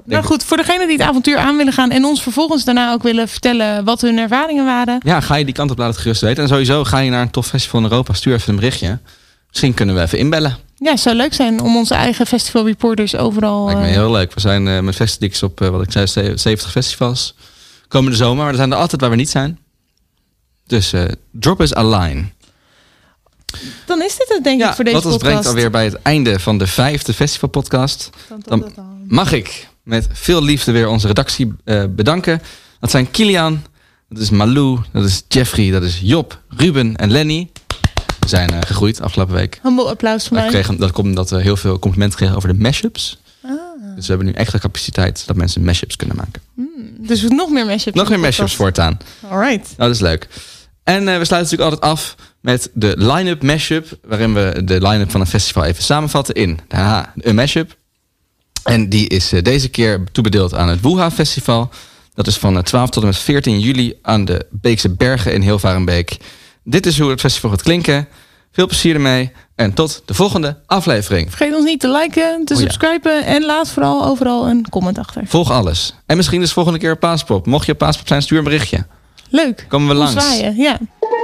Nou goed, voor degenen die het avontuur aan willen gaan en ons vervolgens daarna ook willen vertellen wat hun ervaringen waren. Ja, ga je die kant op, laat het gerust weten. En sowieso ga je naar een tof festival in Europa, stuur even een berichtje. Misschien kunnen we even inbellen. Ja, het zou leuk zijn om onze eigen festival reporters overal... Lijkt me heel leuk. We zijn uh, met Festidix op, uh, wat ik zei, zeventig festivals. Komende zomer, maar er zijn er altijd waar we niet zijn. Dus uh, drop us a line. Dan is dit het denk ja, ik voor deze podcast. Wat ons brengt alweer bij het einde van de vijfde festivalpodcast. Dan mag ik met veel liefde weer onze redactie uh, bedanken. Dat zijn Kilian, dat is Malou, dat is Jeffrey, dat is Job, Ruben en Lenny. We zijn uh, gegroeid afgelopen week. Humble applaus voor mij. Kregen, dat komt omdat we heel veel complimenten kregen over de mashups. Ah. Dus we hebben nu extra capaciteit dat mensen mashups kunnen maken. Mm, dus we nog meer mashups. Nog meer mashups voortaan. Alright. Nou, dat is leuk. En uh, we sluiten natuurlijk altijd af met de line-up mashup. Waarin we de line-up van een festival even samenvatten in de een mashup. En die is uh, deze keer toebedeeld aan het Woeha Festival. Dat is van uh, twaalf tot en met veertien juli aan de Beekse Bergen in Hilvarenbeek. Dit is hoe het festival gaat klinken. Veel plezier ermee. En tot de volgende aflevering. Vergeet ons niet te liken, te oh, subscriben. Ja. En laat vooral overal een comment achter. Volg alles. En misschien dus volgende keer op Paaspop. Mocht je op Paaspop zijn, stuur een berichtje. Leuk. Komen we langs. Zwaaien, ja.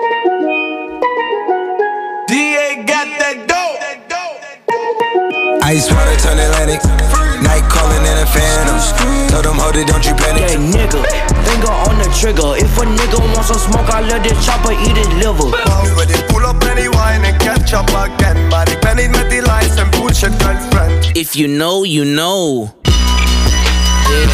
D A got that dope. Ice water turn Atlantic. Night calling in a phantom. Tell them hold it, don't you panic. Hey nigga, finger on the trigger. If a nigga wants some smoke, I let this chopper eat his liver. Nu wil je pull up any wine and catch up again. Maar ik ben niet met die lines en bullshit girlfriend. If you know, you know. Yeah.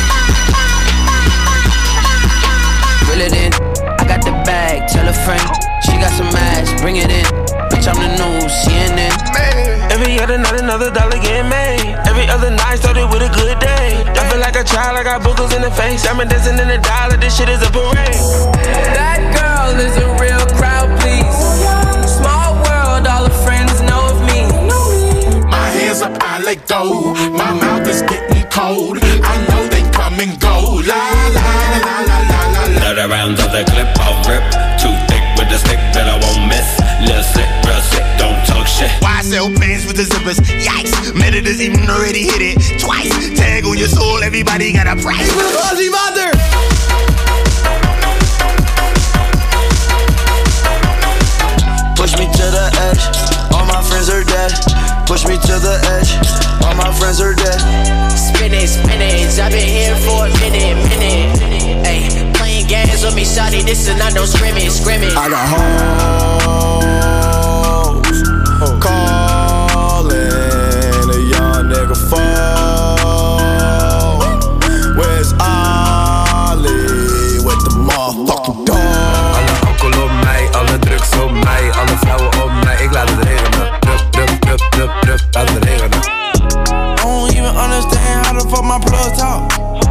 Reel it in, I got the bag, tell a friend. She got some ass, bring it in. Bitch, I'm the new C N N. Every other night another dollar getting made. Every other night started with a good day. I feel like a child, I got boogers in the face. I'm dancing in the dollar, this shit is a parade. That girl is a real crowd, please. Small world, all her friends know of me. My hands up, I let go. My mouth is getting cold. I know they come and go. La la la la la la la. Thirty rounds of the clip, I'll rip. Too thick with the stick that I won't miss. Little sick, real sick, don't talk shit. Why sell pants with the zippers? Yikes, Meditors even already hit it twice. Tag on your soul, everybody got a price. With a fuzzy mother. Push me to the edge, all my friends are dead. Push me to the edge, all my friends are dead. Spinach, spinach, I've been here for a minute, minute. Hey, playing games with me, shawty, this is not no scrimmage, scrimmage. I got hoes calling a young nigga fall. Where's Ollie with the motherfucking dog? Alle alcohol op mij, alle drugs op mij, alle vrouwen op mij. Ik laat het regenen. Drup, drup, drup, drup, drup, laat het regenen. I don't even understand how the fuck my plug talk.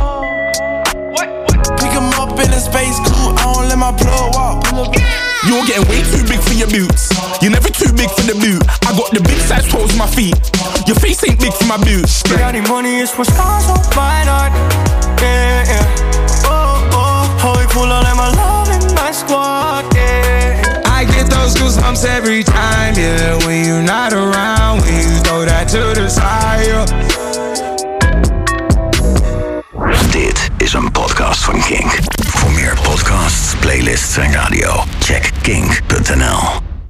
Pick him up in a space coupe, I don't let my plug walk. You're getting way too big for your boots. You're never too big for the boot. I got the big size toes on my feet. Your face ain't big for my boots. Yeah, die money is voor scars op mijn hart. Yeah, yeah. Oh, oh, oh, ik voel alleen maar love in my squad. Yeah. I get those goosebumps every time, yeah. When you're not around, when you throw that to the side, yeah. Dit is een podcast van Kink. Voor meer podcasts, playlists en radio, check kink punt n l.